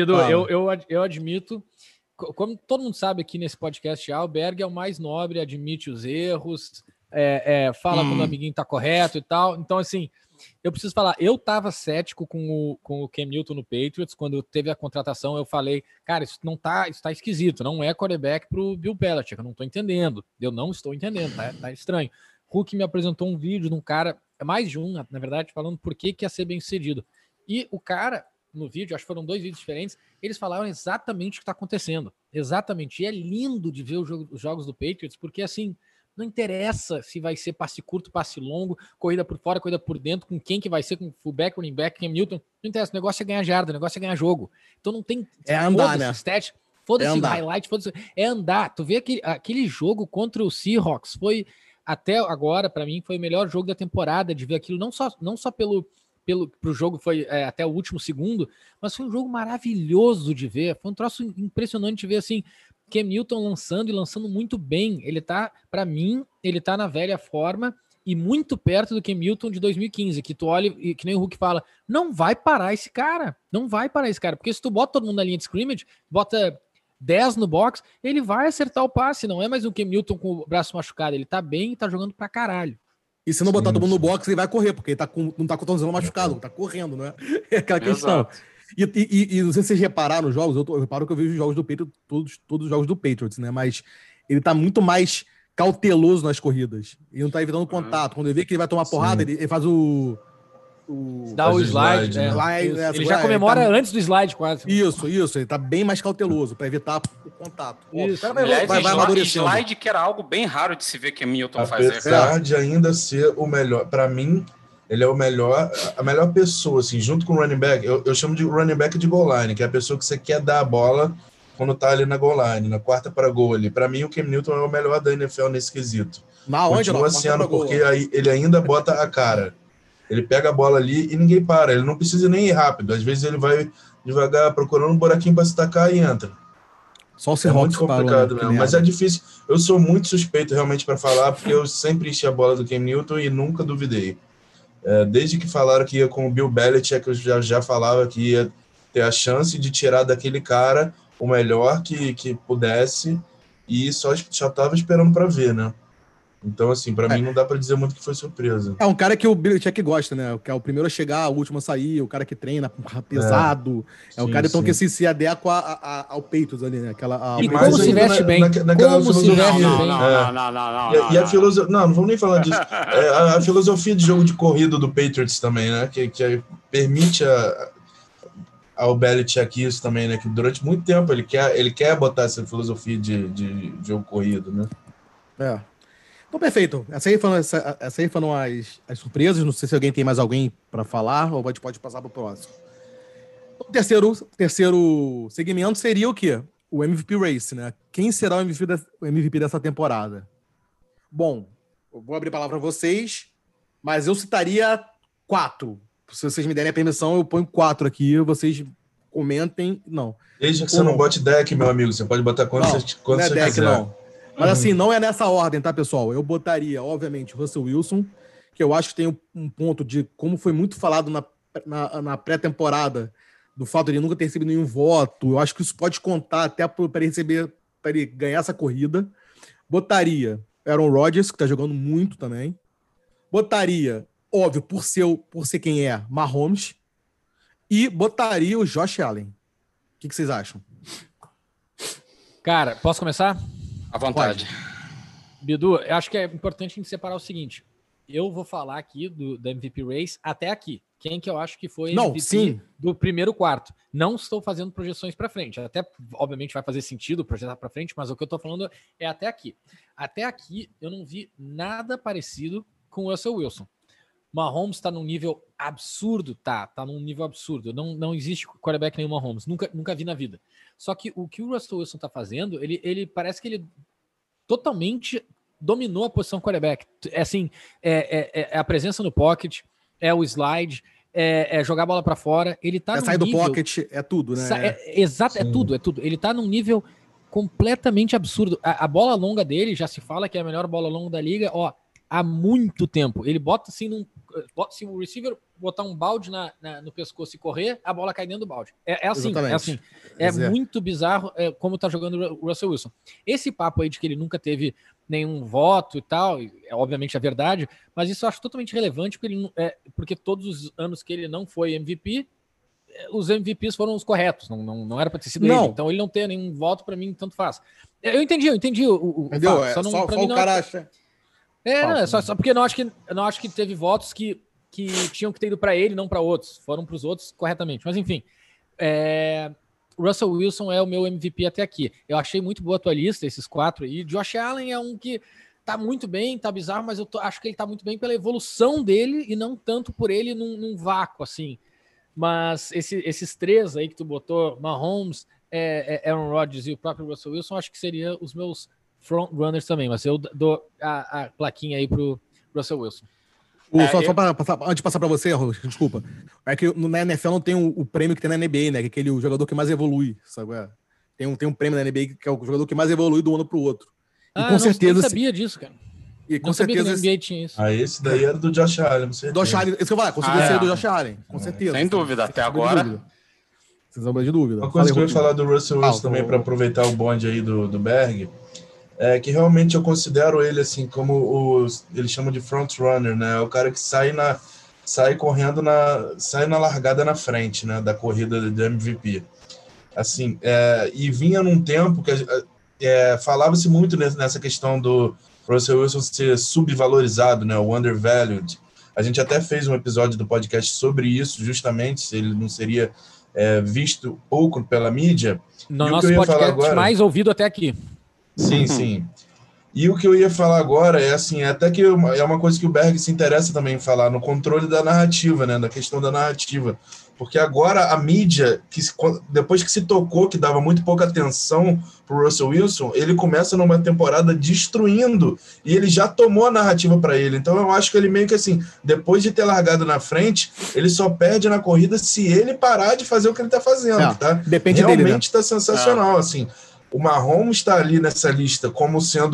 eu admito. Como todo mundo sabe aqui nesse podcast, o Berg é o mais nobre, admite os erros, fala quando o amiguinho tá correto e tal. Então, assim, eu preciso falar, eu tava cético com o Cam Newton no Patriots, quando teve a contratação, eu falei, cara, isso tá esquisito, não é quarterback pro Bill Belichick, eu não tô entendendo, eu não estou entendendo, tá estranho. Hulk me apresentou um vídeo de um cara, mais de um, na verdade, falando por que ia ser bem sucedido. E o cara, no vídeo, acho que foram 2 vídeos diferentes, eles falaram exatamente o que está acontecendo. Exatamente. E é lindo de ver os jogos do Patriots, porque assim, não interessa se vai ser passe curto, passe longo, corrida por fora, corrida por dentro, com quem que vai ser, com fullback, running back, Cam Newton, não interessa, o negócio é ganhar jarda, o negócio é ganhar jogo. Então não tem... andar, né? Stat, foda-se highlight, foda-se... É andar. Tu vê aquele jogo contra o Seahawks, foi, até agora, para mim, foi o melhor jogo da temporada, de ver aquilo, não só pro jogo foi até o último segundo, mas foi um jogo maravilhoso de ver, foi um troço impressionante de ver, assim, Cam Newton lançando muito bem, para mim, ele tá na velha forma e muito perto do Cam Newton de 2015, que tu olha e que nem o Hulk fala, não vai parar esse cara, porque se tu bota todo mundo na linha de scrimmage, bota 10 no box, ele vai acertar o passe, não é mais um Cam Newton com o braço machucado, ele tá bem e tá jogando pra caralho. E se não botar todo mundo no box, ele vai correr, porque ele não tá com o tornozelo machucado, tá correndo, né? É aquela questão. E não sei se vocês repararam nos jogos, eu reparo que eu vejo os jogos do Patriots, todos os jogos do Patriots, né? Mas ele tá muito mais cauteloso nas corridas. Ele não tá evitando contato. Quando ele vê que ele vai tomar porrada, ele faz dá o slide, né? Ele já comemora antes do slide, quase. Isso. Ele tá bem mais cauteloso para evitar o contato. Isso. Vai amadurecendo. Slide que era algo bem raro de se ver que Milton fazer. Apesar de ainda ser o melhor, para mim, ele é a melhor pessoa, assim, junto com o running back. Eu chamo de running back de goal line, que é a pessoa que você quer dar a bola quando tá ali na goal line, na quarta para gol ali. Para mim, o Cam Newton é o melhor da NFL nesse quesito. Continua sendo, porque aí ele ainda bota a cara. Ele pega a bola ali e ninguém para. Ele não precisa nem ir rápido. Às vezes ele vai devagar procurando um buraquinho para se tacar e entra. Só o é muito complicado mesmo. Mas é difícil. Eu sou muito suspeito realmente para falar, porque eu sempre enchi a bola do Cam Newton e nunca duvidei. Desde que falaram que ia com o Bill Belichick, eu já falava que ia ter a chance de tirar daquele cara o melhor que pudesse, e só estava esperando para ver, né? Então, assim, para mim não dá para dizer muito que foi surpresa. É um cara que o Belichick gosta, né? Que é o primeiro a chegar, o último a sair, o cara que treina pesado. É o cara então que se adequa ao Patriots ali, né? E como se veste bem. Como se veste bem. Não. E a filosofia... Não vamos nem falar disso. A filosofia de jogo de corrido do Patriots também, né? Que permite ao Belichick isso também, né? Que durante muito tempo ele quer botar essa filosofia de jogo corrido, né? Então, perfeito. Essa aí foram as surpresas. Não sei se alguém tem mais alguém para falar ou a gente pode passar para o próximo. O terceiro segmento seria o quê? O MVP Race, né? Quem será o MVP dessa temporada? Bom, eu vou abrir a palavra para vocês, mas eu citaria 4. Se vocês me derem a permissão, eu ponho 4 aqui, vocês comentem. Não. Desde que você não bote deck, meu amigo, você pode botar quando você quiser. Não. Mas assim, não é nessa ordem, tá, pessoal? Eu botaria, obviamente, o Russell Wilson, que eu acho que tem um ponto de como foi muito falado na pré-temporada, do fato de ele nunca ter recebido nenhum voto. Eu acho que isso pode contar até para ele ganhar essa corrida. Botaria Aaron Rodgers, que tá jogando muito também. Botaria, óbvio, por ser quem é, Mahomes. E botaria o Josh Allen. O que vocês acham? Cara, posso começar? À vontade. Bidu, eu acho que é importante a gente separar o seguinte. Eu vou falar aqui da MVP Race até aqui. Quem que eu acho que foi MVP do primeiro quarto. Não estou fazendo projeções para frente. Até, obviamente, vai fazer sentido projetar para frente, mas o que eu estou falando é até aqui. Até aqui, eu não vi nada parecido com o Russell Wilson. Mahomes está num nível absurdo, tá num nível absurdo. Não existe quarterback nenhum Mahomes. Nunca vi na vida. Só que o que o Russell Wilson tá fazendo, ele parece que ele totalmente dominou a posição quarterback. É assim, é a presença no pocket, é o slide, é jogar a bola para fora. Ele tá num sair do nível, pocket, é tudo, né? Exato, é tudo. Ele tá num nível completamente absurdo. A bola longa dele, já se fala que é a melhor bola longa da liga, há muito tempo. Ele bota assim, se o receiver botar um balde no pescoço e correr, a bola cai dentro do balde. É assim. É muito bizarro como tá jogando o Russell Wilson. Esse papo aí de que ele nunca teve nenhum voto e tal, obviamente é verdade, mas isso eu acho totalmente relevante, porque todos os anos que ele não foi MVP, os MVPs foram os corretos, não era para ter sido ele. Então ele não ter nenhum voto, para mim, tanto faz. Eu entendi o entendeu? Fato, só o cara acha... só porque eu não acho que teve votos que tinham que ter ido para ele, não para outros. Foram para os outros corretamente. Mas enfim, Russell Wilson é o meu MVP até aqui. Eu achei muito boa a tua lista, esses 4 aí. Josh Allen é um que tá muito bem, tá bizarro, mas acho que ele tá muito bem pela evolução dele e não tanto por ele num vácuo, assim. Mas esses 3 aí que tu botou, Mahomes, Aaron Rodgers e o próprio Russell Wilson, acho que seriam os meus front runners também, mas eu dou a plaquinha aí pro Russell Wilson. Só para passar, antes de passar para você, desculpa, é que na NFL não tem o prêmio que tem na NBA, né? Que é aquele jogador que mais evolui, sabe? Tem um prêmio na NBA que é o jogador que mais evolui do ano pro outro. E com certeza. Eu não sabia disso, cara. E com certeza. Que na NBA tinha isso. Esse daí era do Josh Allen, não sei. Josh Allen, isso que eu falar, com certeza seria do Josh Allen, com certeza. Sem dúvida, até agora. Sem sombra de dúvida. Uma coisa que eu ia falar do Russell Wilson também, para aproveitar o bonde aí do Berg, é que realmente eu considero ele assim como eles chamam de front runner, né? O cara que sai correndo sai na largada na frente, né? Da corrida do MVP. Assim, e vinha num tempo que falava-se muito nessa questão do Russell Wilson ser subvalorizado, né? O undervalued. A gente até fez um episódio do podcast sobre isso, justamente, se ele não seria visto pouco pela mídia. No nosso podcast mais ouvido até aqui. Sim. E o que eu ia falar agora até que é uma coisa que o Berg se interessa também em falar, no controle da narrativa, né, da questão da narrativa. Porque agora a mídia, depois que se tocou que dava muito pouca atenção para o Russell Wilson, ele começa numa temporada destruindo e ele já tomou a narrativa para ele. Então eu acho que ele meio que assim, depois de ter largado na frente, ele só perde na corrida se ele parar de fazer o que ele está fazendo, tá? Depende dele, né? Realmente está sensacional, assim. O Mahomes está ali nessa lista como sendo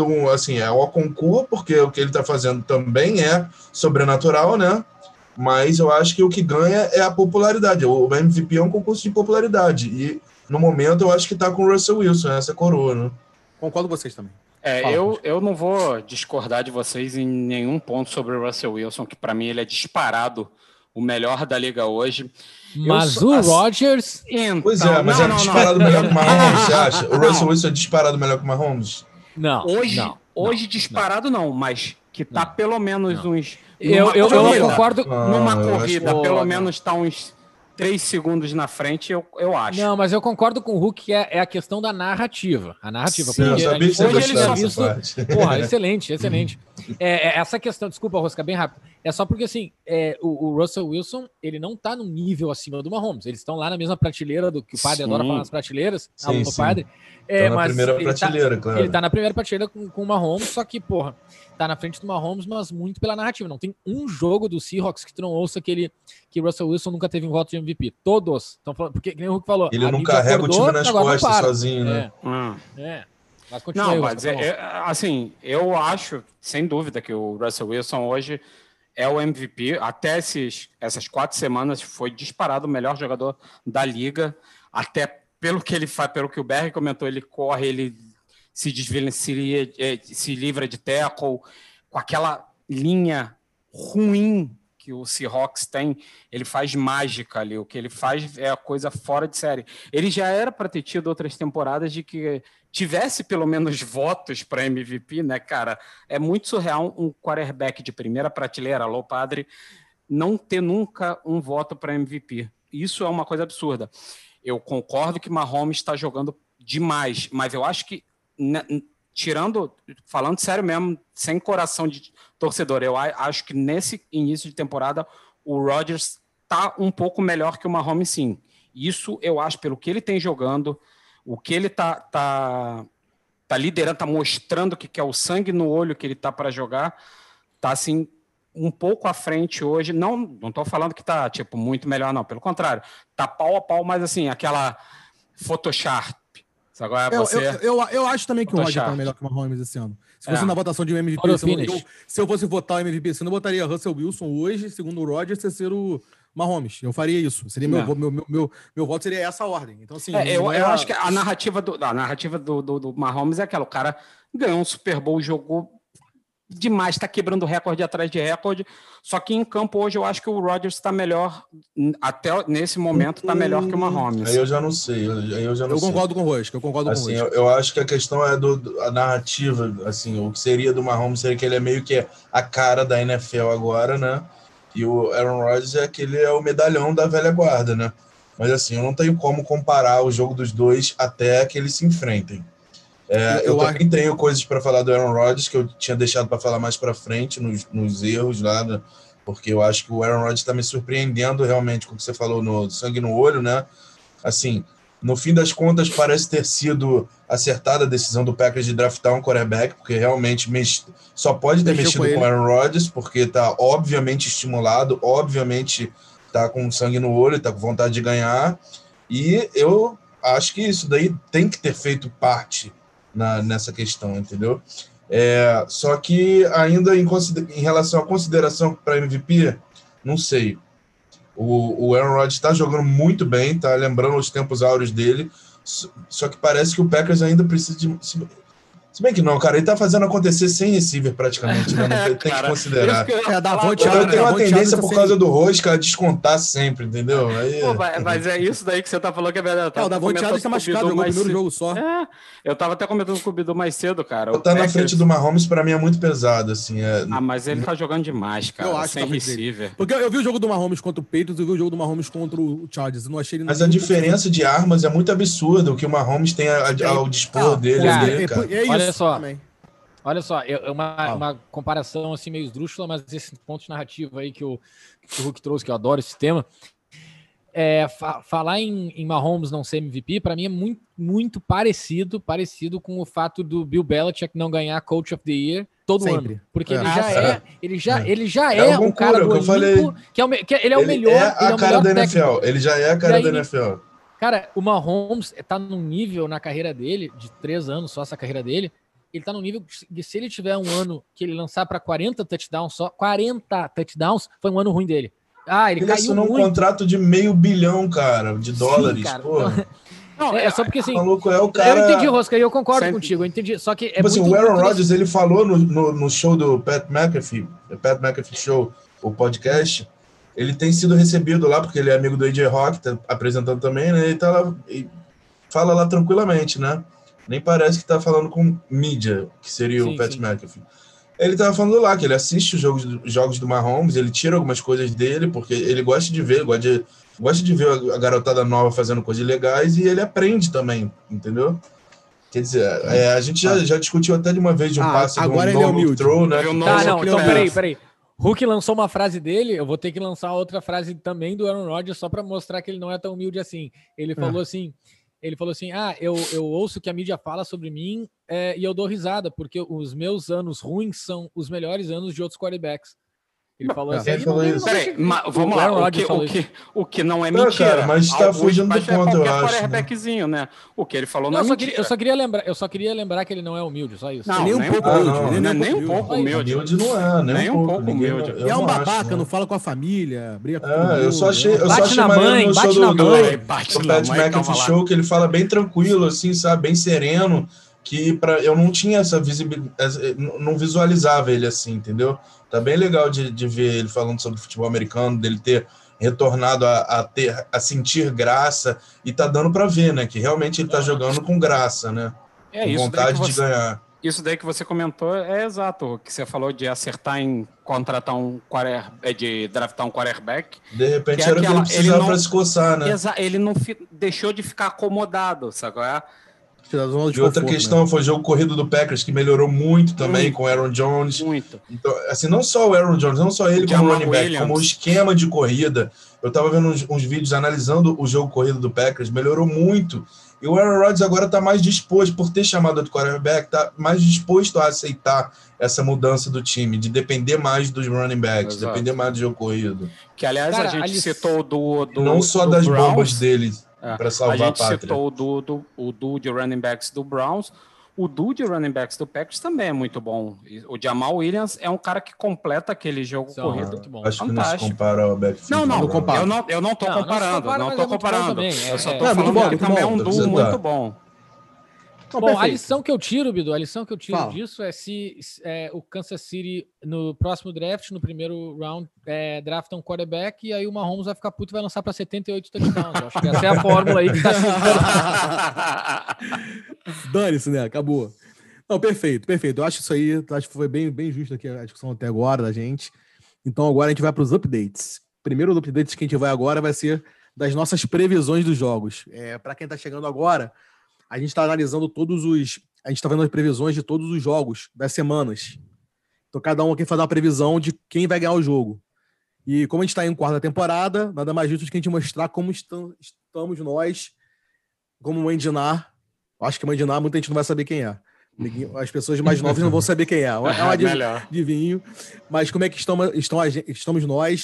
o concurso, porque o que ele está fazendo também é sobrenatural, né? Mas eu acho que o que ganha é a popularidade. O MVP é um concurso de popularidade. E, no momento, eu acho que está com o Russell Wilson, essa coroa, né? Concordo com vocês também. Eu não vou discordar de vocês em nenhum ponto sobre o Russell Wilson, que para mim ele é disparado o melhor da liga hoje. Mas o Rodgers... Então, pois é, mas é disparado melhor que o Mahomes, você acha? O Russell Wilson é disparado melhor que o Mahomes? Não. Hoje disparado não, mas que tá pelo menos uns... Eu concordo... Numa corrida, pelo menos tá uns 3 segundos na frente, eu acho. Não, mas eu concordo com o Hulk que é a questão da narrativa. A narrativa. Sim, eu sabia que você gostava dessa parte. Porra, excelente. Essa questão, desculpa, Rosca, bem rápido. É só porque, assim, o Russell Wilson, ele não tá no nível acima do Mahomes. Eles estão lá na mesma prateleira do que o padre adora falar nas prateleiras. Sim. Padre. Tá na primeira prateleira, claro. Ele tá na primeira prateleira com o Mahomes, só que, porra, tá na frente do Mahomes, mas muito pela narrativa. Não tem um jogo do Seahawks que tu não ouça que Russell Wilson nunca teve um voto de MVP. Todos estão falando, porque nem o Hulk falou. Ele não carrega o time nas costas sozinho, né? Mas continua aí, assim, eu acho, sem dúvida, que o Russell Wilson hoje é o MVP. Até essas 4 semanas foi disparado o melhor jogador da liga. Até pelo que ele faz, pelo que o Berg comentou, ele corre, ele se desvila, se livra de tackle, com aquela linha ruim que o Seahawks tem, ele faz mágica ali. O que ele faz é a coisa fora de série. Ele já era para ter tido outras temporadas de que tivesse pelo menos votos para MVP, né, cara? É muito surreal um quarterback de primeira prateleira, alô, padre, não ter nunca um voto para MVP. Isso é uma coisa absurda. Eu concordo que Mahomes está jogando demais, mas eu acho que, falando sério mesmo, sem coração de torcedor, eu acho que nesse início de temporada o Rodgers está um pouco melhor que o Mahomes, sim. Isso eu acho, pelo que ele tem jogando, o que ele tá liderando, tá mostrando que é o sangue no olho que ele tá para jogar, tá assim um pouco à frente hoje. Não estou falando que tá tipo muito melhor, não. Pelo contrário, tá pau a pau, mas assim, aquela Photoshop. Agora eu acho também que o Rodgers tá melhor que o Mahomes esse ano. Se fosse na votação de MVP, se eu fosse votar o MVP esse ano, eu botaria Russell Wilson hoje, segundo o Rodgers, terceiro Mahomes. Eu faria isso. Seria meu voto seria essa ordem. Então, assim, eu acho que a narrativa do Mahomes é aquela. O cara ganhou um Super Bowl, jogou demais, tá quebrando recorde atrás de recorde. Só que em campo hoje eu acho que o Rodgers está melhor, até nesse momento está melhor que o Mahomes. Aí eu já não sei. Eu concordo com o Rosca. Eu acho que a questão é a narrativa. Assim, o que seria do Mahomes seria que ele é meio que a cara da NFL agora, né? E o Aaron Rodgers é o medalhão da velha guarda, né? Mas assim, eu não tenho como comparar o jogo dos dois até que eles se enfrentem. Eu também tenho coisas para falar do Aaron Rodgers que eu tinha deixado para falar mais para frente nos erros lá, né? Porque eu acho que o Aaron Rodgers está me surpreendendo realmente com o que você falou no sangue no olho, né? Assim, no fim das contas parece ter sido acertada a decisão do Packers de draftar um quarterback, porque realmente só pode ter mexido com o Aaron Rodgers, porque está obviamente estimulado, obviamente está com sangue no olho, está com vontade de ganhar, e eu acho que isso daí tem que ter feito parte nessa questão, entendeu? Só que ainda em relação à consideração para MVP, não sei. O Aaron Rodgers está jogando muito bem, tá lembrando os tempos áureos dele, só que parece que o Packers ainda precisa de... Se bem que não, cara, ele tá fazendo acontecer sem receiver praticamente, né? Não tem que considerar. Eu tenho uma tendência por causa do Rosca a descontar sempre, entendeu? Aí, mas é isso daí que você tá falando que é verdade. O Davonte Adams tá machucado, jogou o primeiro jogo só. Eu tava até comentando com o Bidu mais cedo, cara. Botar na frente do Mahomes pra mim é muito pesado, assim. Mas ele tá jogando demais, cara. Eu acho sem receiver. Porque eu vi o jogo do Mahomes contra o Patriots, eu vi o jogo do Mahomes contra o Chargers. Eu não achei ele. Mas a diferença de armas é muito absurda, o que o Mahomes tem ao dispor dele. Cara. É isso. Olha só, uma comparação assim meio esdrúxula, mas esse ponto de narrativa aí que o Hulk trouxe, que eu adoro esse tema, falar em Mahomes não ser MVP, para mim é muito, muito parecido com o fato do Bill Belichick não ganhar Coach of the Year todo ano. Porque ele já é um cara do Olimpo, ele é o melhor. Ele é a cara da NFL. Ele já é a cara da NFL. Cara, o Mahomes tá num nível na carreira dele, de 3 anos só essa carreira dele, ele tá no nível que se ele tiver um ano que ele lançar para 40 touchdowns só, 40 touchdowns foi um ano ruim dele. Ele caiu assinou um contrato de $500 milhão, cara, de dólares. Sim, cara. Não, é só porque assim. O maluco é o cara... Eu entendi, Rosca, e eu concordo contigo. Eu entendi. Só que é tipo assim, muito... o Aaron Rodgers, ele falou no show do Pat McAfee Show, o podcast, ele tem sido recebido lá, porque ele é amigo do AJ Rock, tá apresentando também, né? Ele tá lá e fala lá tranquilamente, né? Nem parece que tá falando com mídia, que seria o Pat McAfee. Ele tava falando lá que ele assiste os jogos do Mahomes, ele tira algumas coisas dele, porque ele gosta de ver, gosta de ver a garotada nova fazendo coisas legais e ele aprende também, entendeu? Quer dizer, a gente já discutiu até de uma vez de um passe agora do ele é humilde. throw, né? Então peraí. Hulk lançou uma frase dele, eu vou ter que lançar outra frase também do Aaron Rodgers só para mostrar que ele não é tão humilde assim. Ele falou assim, eu ouço que a mídia fala sobre mim e eu dou risada, porque os meus anos ruins são os melhores anos de outros quarterbacks. Ele falou assim. Vamos lá, o que não é mentira. Cara, mas tá fugindo do ponto, eu acho. Quarterbackzinho, né? O que ele falou não é mentira. Eu só queria lembrar que ele não é humilde, só isso. Não, nem um pouco humilde. Nem um pouco humilde. Humilde não é, nem um pouco humilde. É um babaca, não fala com a família, briga com eu só achei maneiro no show do Pat McAfee Show, que ele fala bem tranquilo, assim, sabe? Bem sereno, que eu não tinha essa visibilidade, não visualizava ele assim, entendeu? Tá bem legal de ver ele falando sobre futebol americano, dele ter retornado a sentir graça, e tá dando para ver, né? Que realmente ele tá jogando com graça, né? Com vontade de ganhar. Isso daí que você comentou é exato, o que você falou de acertar em contratar de draftar um quarterback. De repente era o que ele precisava para se coçar, né? Ele não deixou de ficar acomodado, sabe? E outra questão foi o jogo corrido do Packers, que melhorou muito também com o Aaron Jones. Muito. Então, assim, não só o Aaron Jones, não só ele como running back, como o esquema de corrida. Eu tava vendo uns vídeos analisando o jogo corrido do Packers, melhorou muito. E o Aaron Rodgers agora tá mais disposto, por ter chamado de quarterback, tá mais disposto a aceitar essa mudança do time, de depender mais dos running backs, depender mais do jogo corrido. Que, aliás, a gente citou do não só das Browns, bombas deles. Para salvar a pátria. A gente citou o duo de running backs do Browns. O duo de running backs do Packers também é muito bom. O Jamal Williams é um cara que completa aquele jogo corrido. Muito bom. Acho que não se compara ao backfield. Eu não estou comparando. Não estou comparando. Eu só estou falando que também é um duo muito bom. Bom, perfeito. A lição que eu tiro, Bidu, disso é se o Kansas City, no próximo draft, no primeiro round, drafta um quarterback, e aí o Mahomes vai ficar puto e vai lançar para 78 touchdowns. Eu acho que essa é a fórmula aí que tá Dane-se, né? Acabou. Não, perfeito. Eu acho isso aí, acho que foi bem justo aqui a discussão até agora da gente. Então agora a gente vai para os updates. Primeiro os updates que a gente vai agora vai ser das nossas previsões dos jogos. Para quem tá chegando agora, a gente está analisando a gente está vendo as previsões de todos os jogos das semanas. Então, cada um aqui faz uma previsão de quem vai ganhar o jogo. E como a gente está em quarta temporada, nada mais justo que a gente mostrar como estamos nós, como Mandinar. Acho que Mandinar muita gente não vai saber quem é. As pessoas mais novas não vão saber quem é. É um adivinho. Mas como é que estamos nós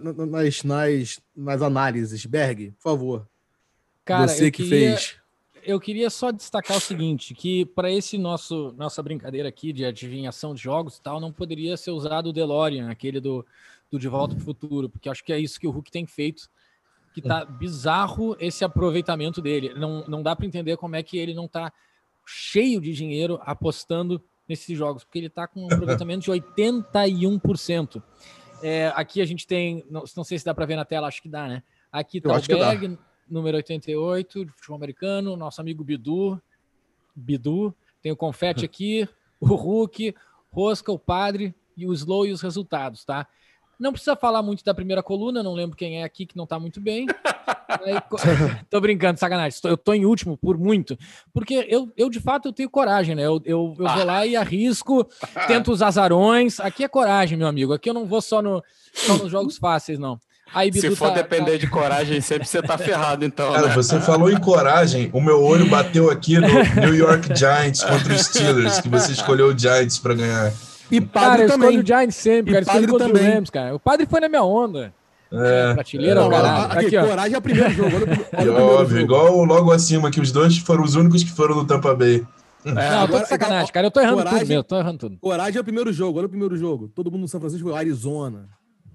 nas análises? Berg, por favor. Cara, você que fez... Eu queria só destacar o seguinte, que para esse nossa brincadeira aqui de adivinhação de jogos e tal, não poderia ser usado o DeLorean, aquele do De Volta para o Futuro, porque acho que é isso que o Hulk tem feito, que tá bizarro esse aproveitamento dele. Não dá para entender como é que ele não tá cheio de dinheiro apostando nesses jogos, porque ele tá com um aproveitamento de 81%. Aqui a gente tem, não sei se dá para ver na tela, acho que dá, né? Aqui tá o Berg, número 88, de futebol americano, nosso amigo Bidu, tem o confete aqui, o Hulk, Rosca, o Padre e o Slow e os resultados, tá? Não precisa falar muito da primeira coluna, não lembro quem é aqui que não tá muito bem. Tô brincando, sacanagem. Eu tô em último por muito, porque eu de fato eu tenho coragem, né? Eu vou lá e arrisco, tento os azarões. Aqui é coragem, meu amigo. Aqui eu não vou só nos jogos fáceis, não. Aí, se for depender de coragem, sempre você tá ferrado, então. Cara, você falou em coragem, o meu olho bateu aqui no New York Giants contra os Steelers, que você escolheu o Giants para ganhar. E Padre também. Eu escolho o Giants sempre, cara. Padre também. Rams, cara. O Padre foi na minha onda. Prateleira, caralho. Aqui, coragem é o primeiro jogo. Olha óbvio, igual logo acima, que os dois foram os únicos que foram no Tampa Bay. Não, eu tô de sacanagem, cara. Eu tô errando tudo mesmo, tô errando tudo. Coragem é o primeiro jogo, olha o primeiro jogo. Todo mundo no São Francisco, Arizona.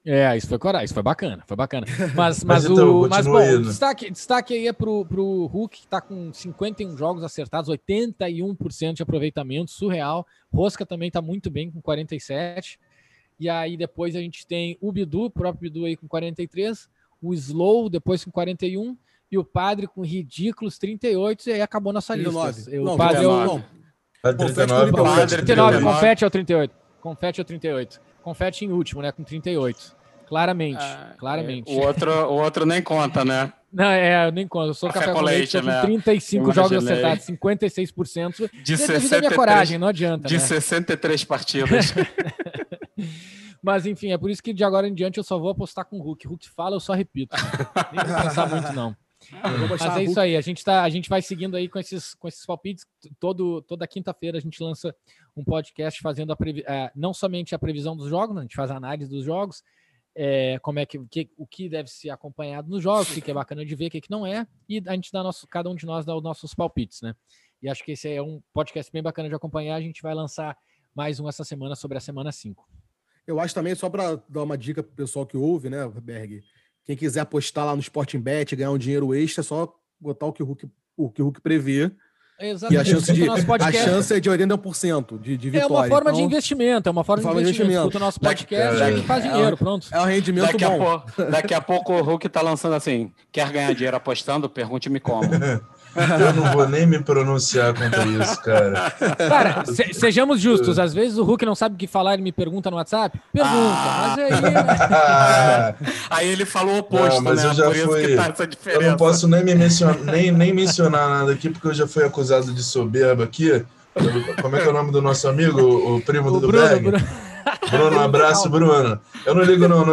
Isso foi coragem, isso foi bacana, foi bacana. Mas então, bom, aí, o destaque aí é pro Hulk, que tá com 51 jogos acertados, 81% de aproveitamento, surreal. Rosca também tá muito bem, com 47. E aí depois a gente tem o Bidu, o próprio Bidu aí com 43, o Slow depois com 41, e o Padre com ridículos 38, e aí acabou nossa lista. 39. O Padre é o... Confete 39, Confete é o 38. Confete é o 38. Confete em último, né? Com 38. Claramente. O outro nem conta, né? Não, eu nem conto. Eu sou café com leite, né? Com 35 jogos acertados, 56%. De 63, minha coragem, não adianta, de né? 63 partidas. Mas, enfim, é por isso que de agora em diante eu só vou apostar com o Hulk. Hulk fala, eu só repito. Nem vou pensar muito, não. Mas é isso aí, a gente vai seguindo aí com esses palpites. Toda quinta-feira a gente lança um podcast fazendo não somente a previsão dos jogos, né? A gente faz a análise dos jogos, como é o que deve ser acompanhado nos jogos, o que é bacana de ver, o que não é, e a gente cada um de nós dá os nossos palpites, né? E acho que esse é um podcast bem bacana de acompanhar. A gente vai lançar mais um essa semana sobre a semana 5. Eu acho também, só para dar uma dica pro pessoal que ouve, né, Berg? Quem quiser apostar lá no Sporting Bet, ganhar um dinheiro extra, é só botar o que o Hulk prevê. Exatamente. E a chance é de 80% de vitória. É uma forma de investimento, Escuta o nosso podcast e faz dinheiro, pronto. É um rendimento bom. Daqui a pouco o Hulk tá lançando assim, quer ganhar dinheiro apostando? Pergunte-me como. Eu não vou nem me pronunciar contra isso, cara. Cara, sejamos justos. Às vezes o Hulk não sabe o que falar e me pergunta no WhatsApp. Mas aí... Aí ele falou o oposto, mas né? Eu já Por isso fui... que tá essa diferença. Eu não posso nem mencionar nada aqui, porque eu já fui acusado de soberba aqui. Como é que é o nome do nosso amigo? O primo do Berg? Bruno, um abraço, Bruno. Eu não ligo não.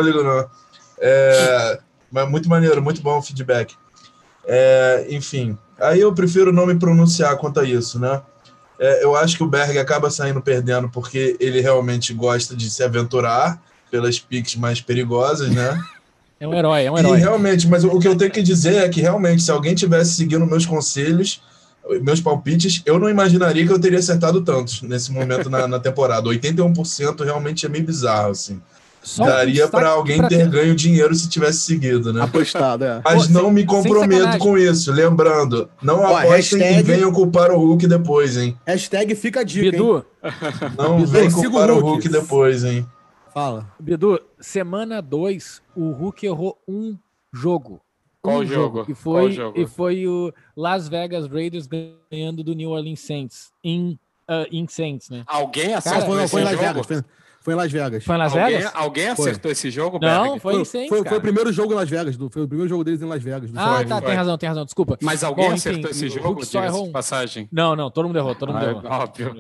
Mas muito maneiro, muito bom o feedback. Enfim, aí eu prefiro não me pronunciar quanto a isso, né? Eu acho que o Berg acaba saindo perdendo porque ele realmente gosta de se aventurar pelas picks mais perigosas, né? É um herói. E realmente, mas o que eu tenho que dizer é que realmente, se alguém tivesse seguindo meus conselhos, meus palpites, eu não imaginaria que eu teria acertado tantos nesse momento na temporada. 81% realmente é meio bizarro, assim. Daria para alguém ter ganho dinheiro se tivesse seguido, né? Apostado, Mas não me comprometo com isso. Lembrando, não apostem e venham culpar o Hulk depois, hein? Hashtag fica a dica, Bidu, hein? Não vem culpar o Hulk depois, hein? Fala. Bidu, semana 2, o Hulk errou um jogo. Qual jogo? E foi o Las Vegas Raiders ganhando do New Orleans Saints em Saints, né? Alguém acertou esse jogo? Foi em Las Vegas. Foi em Las Vegas? Alguém acertou esse jogo, Não, Berg? foi em Saints, foi o primeiro jogo em Las Vegas. Foi o primeiro jogo deles em Las Vegas. Tem razão, desculpa. Mas alguém acertou esse jogo, diga-se de passagem? Não, todo mundo errou, Óbvio.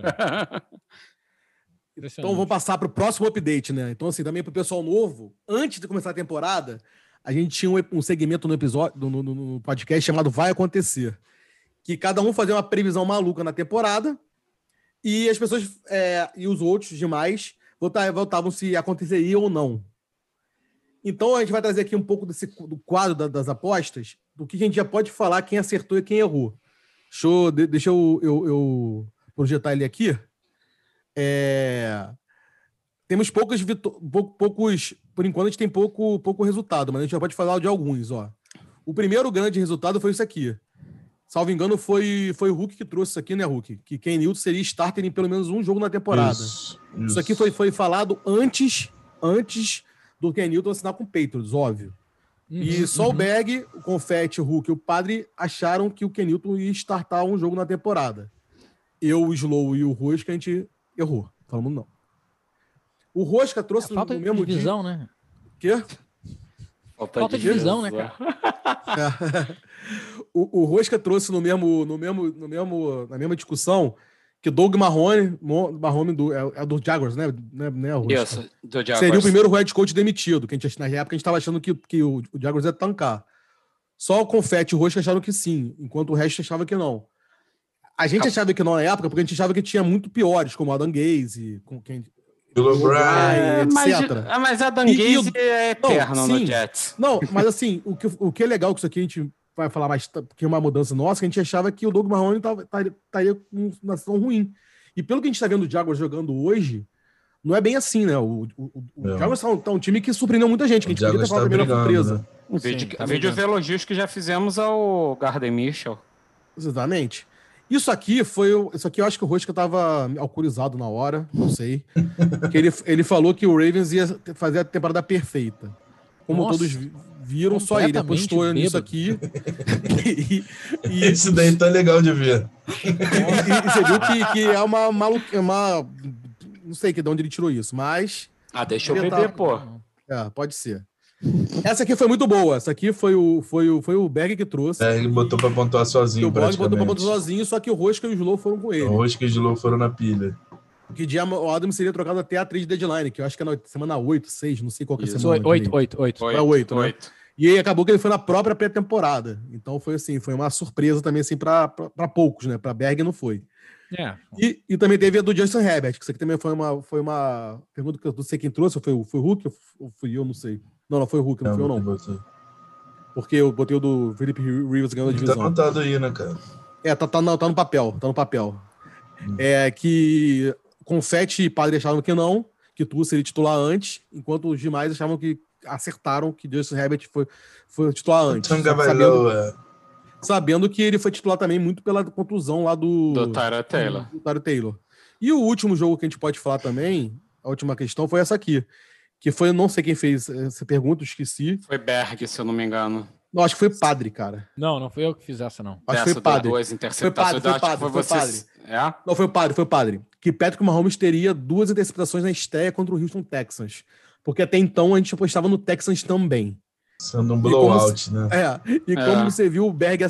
Então vamos passar para o próximo update, né? Então, assim, também para o pessoal novo, antes de começar a temporada, a gente tinha um segmento no episódio, no podcast chamado Vai Acontecer. Que cada um fazia uma previsão maluca na temporada e as pessoas e os outros demais votavam se aconteceria ou não. Então, a gente vai trazer aqui um pouco do quadro das apostas, do que a gente já pode falar, quem acertou e quem errou. Deixa eu projetar ele aqui. Temos poucos... Por enquanto, a gente tem pouco resultado, mas a gente já pode falar de alguns. Ó. O primeiro grande resultado foi isso aqui. Salvo engano, foi o Hulk que trouxe isso aqui, né, Hulk? Que Ken Newton seria starter em pelo menos um jogo na temporada. Isso aqui foi falado antes do Ken Newton assinar com o Patriots, óbvio. E só o Berg, o Confetti, o Hulk e o Padre acharam que o Ken Newton ia startar um jogo na temporada. Eu, o Slow e o Rosca, a gente errou. Falamos não. O Rosca trouxe no mesmo dia... Falta de visão, né? Quê? Falta de visão, né, cara? O Rosca trouxe na mesma discussão que Doug Marrone do Jaguars, né? Isso, do Jaguars. Seria o primeiro head coach demitido, que na época a gente estava achando que o Jaguars ia tancar. Só o Confetti e o Rosca acharam que sim, enquanto o resto achava que não. A gente achava que não na época, porque a gente achava que tinha muito piores, como Adam Gaze, com quem... Bill O'Brien, etc. Mas Adam Gaze é eterno no Jets. Não, mas assim, o que é legal que isso aqui a gente vai falar mais, porque é uma mudança nossa, que a gente achava que o Doug Marrone estaria com uma situação ruim. E pelo que a gente está vendo o Jaguars jogando hoje, não é bem assim, né? O Jaguars tá um time que surpreendeu muita gente, que a gente podia ter falado a primeira surpresa. Né? Vídeo os elogios que já fizemos ao Gardner Minshew. Exatamente. Isso aqui eu acho que o Rosca tava alcoolizado na hora, não sei. Porque ele falou que o Ravens ia fazer a temporada perfeita. Como todos viram, só ele apostou nisso aqui. Isso daí tá legal de ver. E você viu que é uma não sei de onde ele tirou isso, mas... Deixa eu beber, pô. Pode ser. Essa aqui foi muito boa. Essa aqui foi o Berg que trouxe. Ele botou pra pontuar sozinho, o Berg botou pra pontuar sozinho, só que o Rosca e o Slow foram com ele. O Rosca e o Slow foram na pilha. Que dia o Adams seria trocado até a 3 de deadline, que eu acho que é na semana 8, 6, não sei qual que é a semana. 8. É 8, né? E aí acabou que ele foi na própria pré-temporada. Então foi assim, foi uma surpresa também assim para poucos, né? Para Berg não foi. E também teve a do Justin Herbert, que isso aqui também foi uma pergunta que eu não sei quem trouxe, foi o Hulk ou fui eu, não sei. Não foi o Hulk, não foi eu não. Porque eu botei o do Felipe Rivers ganhando a divisão. Tá anotado aí, né, cara? Tá no papel. Que Confetti e Padre achavam que não, que Tu seria titular antes, enquanto os demais achavam que acertaram que Justin Herbert foi titular antes. Sabendo que ele foi titular também muito pela contusão lá do Tyrod Taylor. E o último jogo que a gente pode falar também, a última questão, foi essa aqui. Que foi, não sei quem fez essa pergunta, esqueci. Foi Berg, se eu não me engano. Não, acho que foi Padre, cara. Não foi eu que fiz essa, não. Acho que foi Padre. Duas interceptações. Foi Padre. Não, foi o Padre. Que Patrick Mahomes teria 2 interceptações na estreia contra o Houston Texans. Porque até então a gente apostava no Texans também. Sendo um blowout, né? Como você viu, o Berg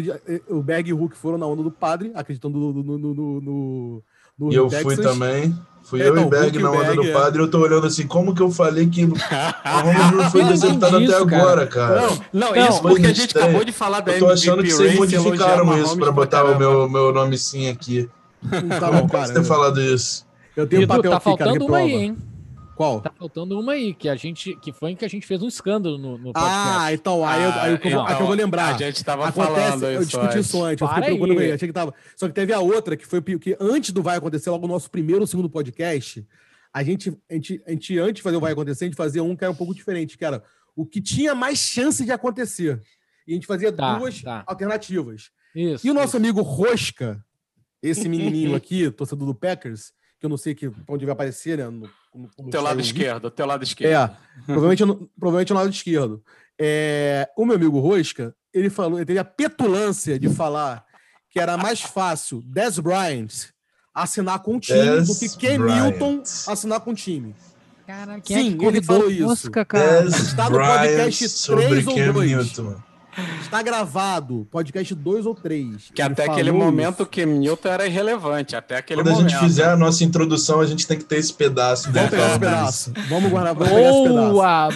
e o Hulk foram na onda do Padre, acreditando no e eu Texans. Fui também. Fui eu e Berg na onda do Padre. Eu tô olhando assim, como que eu falei que o Mahomes não foi interceptado até agora, cara? Não, isso porque a gente acabou de falar da MVP. Eu tô achando que vocês modificaram isso pra botar o meu nome sim aqui. Tá bom, cara. Ter falado isso. Eu tenho um papel tá aqui, faltando cara, uma aí, hein? Qual? Tá faltando uma aí, que foi em que a gente fez um escândalo no podcast. Então eu vou lembrar. A gente tava falando eu discuti isso antes, eu fiquei procurando aí. Achei que tava. Só que teve a outra, que foi que antes do Vai Acontecer, logo no nosso primeiro ou segundo podcast, a gente antes de fazer o Vai Acontecer, a gente fazia um que era um pouco diferente, que era o que tinha mais chance de acontecer. E a gente fazia duas alternativas. E o nosso amigo Rosca, esse menininho aqui, torcedor do Packers, que eu não sei onde vai aparecer, né? Teu lado esquerdo. Provavelmente no lado esquerdo. O meu amigo Rosca, ele teve a petulância de falar que era mais fácil Dez Bryant assinar com o time do que Ken Newton assinar com o time. Cara, sim, ele falou isso. Está no podcast 3 ou 2. Está gravado, podcast 2 ou 3. Que até aquele momento o Cam Newton era irrelevante. Quando a gente fizer a nossa introdução, a gente tem que ter esse pedaço. Vamos pegar esse pedaço. Vamos guardar. Boa!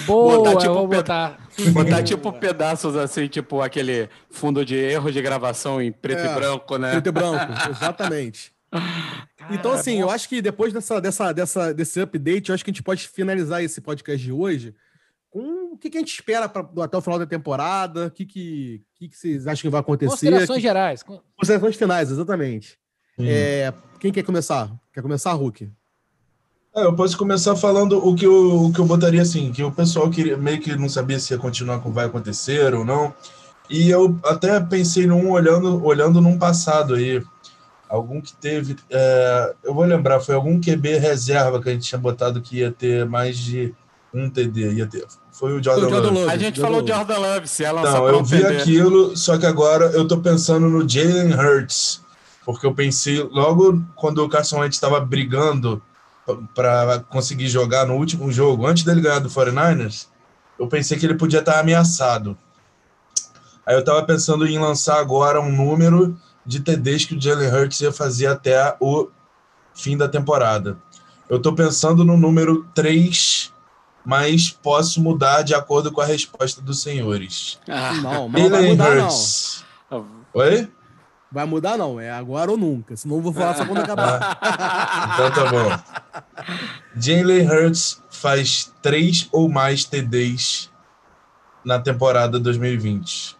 Botar tipo pedaços assim, tipo aquele fundo de erro de gravação em preto e branco, né? Preto e branco, exatamente. Então, assim, eu acho que depois desse update, eu acho que a gente pode finalizar esse podcast de hoje com o que a gente espera até o final da temporada, o que vocês acham que vai acontecer. Considerações gerais. Considerações finais, exatamente. Quem quer começar? Quer começar, Hulk? Eu posso começar falando o que eu botaria assim, que o pessoal meio que não sabia se ia continuar com Vai Acontecer ou não, e eu até pensei olhando num passado aí, algum que teve, eu vou lembrar, foi algum QB reserva que a gente tinha botado que ia ter mais de um TD, foi o Jordan Love. A gente falou Jordan Love, se ela não, eu vi aquilo, só que agora eu tô pensando no Jalen Hurts, porque eu pensei logo quando o Carson Wentz estava brigando para conseguir jogar no último jogo, antes dele ganhar do 49ers, eu pensei que ele podia estar ameaçado. Aí eu estava pensando em lançar agora um número de TDs que o Jalen Hurts ia fazer até o fim da temporada. Eu estou pensando no número 3, mas posso mudar de acordo com a resposta dos senhores. Não vai mudar, Hurts. Não. Oi? Vai mudar, não. É agora ou nunca. Senão eu vou falar só quando acabar. Então tá bom. Jalen Hurts faz 3 ou mais TDs na temporada 2020.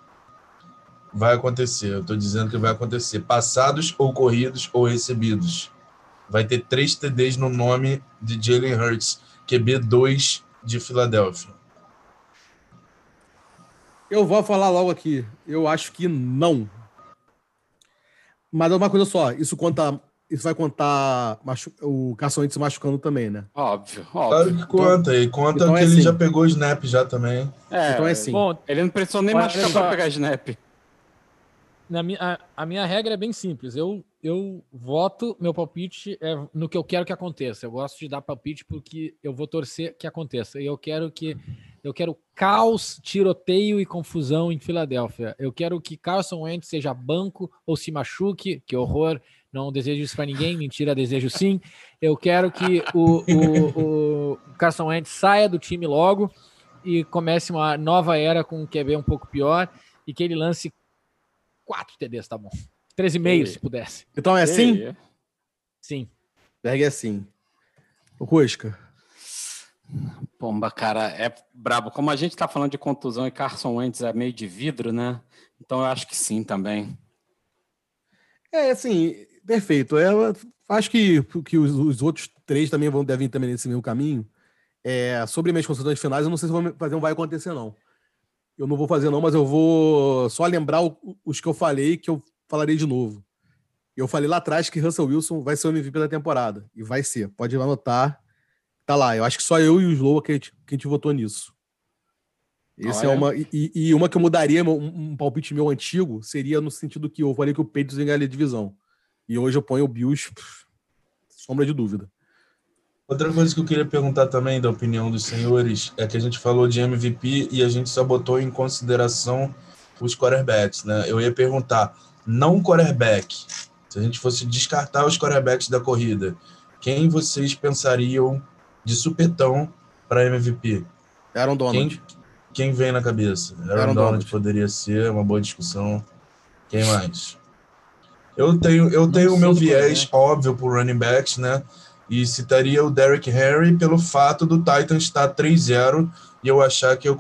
Vai acontecer. Eu tô dizendo que vai acontecer. Passados ou corridos ou recebidos. vai ter 3 TDs no nome de Jalen Hurts, QB2 de Filadélfia. Eu vou falar logo aqui. Eu acho que não. Mas é uma coisa só. Isso vai contar o Carson Wentz machucando também, né? Óbvio. Claro que conta. E conta então que é ele assim. já pegou snap já também. Então é assim. Bom, Ele não precisou nem olha machucar só. para pegar snap. A minha regra é bem simples. Eu voto, meu palpite é no que eu quero que aconteça. Eu gosto de dar palpite porque eu vou torcer que aconteça. E eu quero caos, tiroteio e confusão em Filadélfia. Eu quero que Carson Wentz seja banco ou se machuque. Que horror. Não desejo isso para ninguém. Mentira, desejo sim. Eu quero que o Carson Wentz saia do time logo e comece uma nova era com um QB um pouco pior e que ele lance 4 TDs, tá bom. 13,5 se pudesse. Então é assim? Sim. Berg é assim. O Cusca. Pomba, cara, é brabo. Como a gente tá falando de contusão e Carson Wentz é meio de vidro, né? Então eu acho que sim também. É, assim, perfeito. Eu acho que os outros 3 também devem ir também nesse mesmo caminho. Sobre minhas considerações finais, eu não sei se vou fazer vai acontecer, não. Eu não vou fazer, não, mas eu vou só lembrar os que eu falei, que eu falarei de novo. Eu falei lá atrás que Russell Wilson vai ser o MVP da temporada. E vai ser. Pode anotar. Tá lá. Eu acho que só eu e o Slow que a gente votou nisso. Esse é uma. E uma que eu mudaria, um palpite meu antigo, seria no sentido que eu falei que o Patriots ia ganhar a divisão. E hoje eu ponho o Bills, sombra de dúvida. Outra coisa que eu queria perguntar também, da opinião dos senhores, é que a gente falou de MVP e a gente só botou em consideração os quarterbacks, né? Eu ia perguntar, não quarterback, se a gente fosse descartar os quarterbacks da corrida, quem vocês pensariam de supetão para MVP? Aaron Donald. Quem vem na cabeça? Aaron Donald poderia ser uma boa discussão. Quem mais? Eu tenho o meu viés óbvio pro running backs, né? E citaria o Derrick Henry pelo fato do Titans estar 3-0 e eu achar que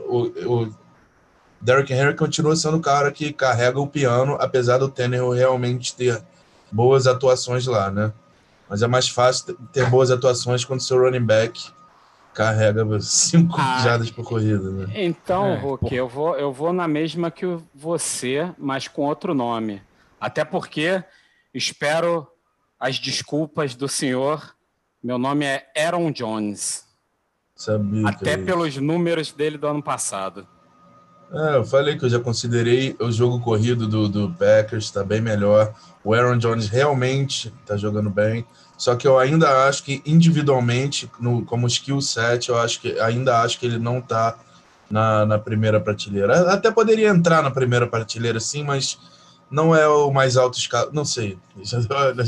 o Derrick Henry continua sendo o cara que carrega o piano, apesar do Tannehill realmente ter boas atuações lá, né? Mas é mais fácil ter boas atuações quando seu running back carrega 5 jardas por corrida, né? Então, Hulk, eu vou na mesma que você, mas com outro nome. Até porque espero as desculpas do senhor. Meu nome é Aaron Jones. Sabia até pelos números dele do ano passado. Eu falei que eu já considerei o jogo corrido do Packers, está bem melhor. O Aaron Jones realmente está jogando bem. Só que eu ainda acho que individualmente, como skill set, eu ainda acho que ele não está na primeira prateleira. Até poderia entrar na primeira prateleira, sim, mas não é o mais alto escalão. Não sei. Já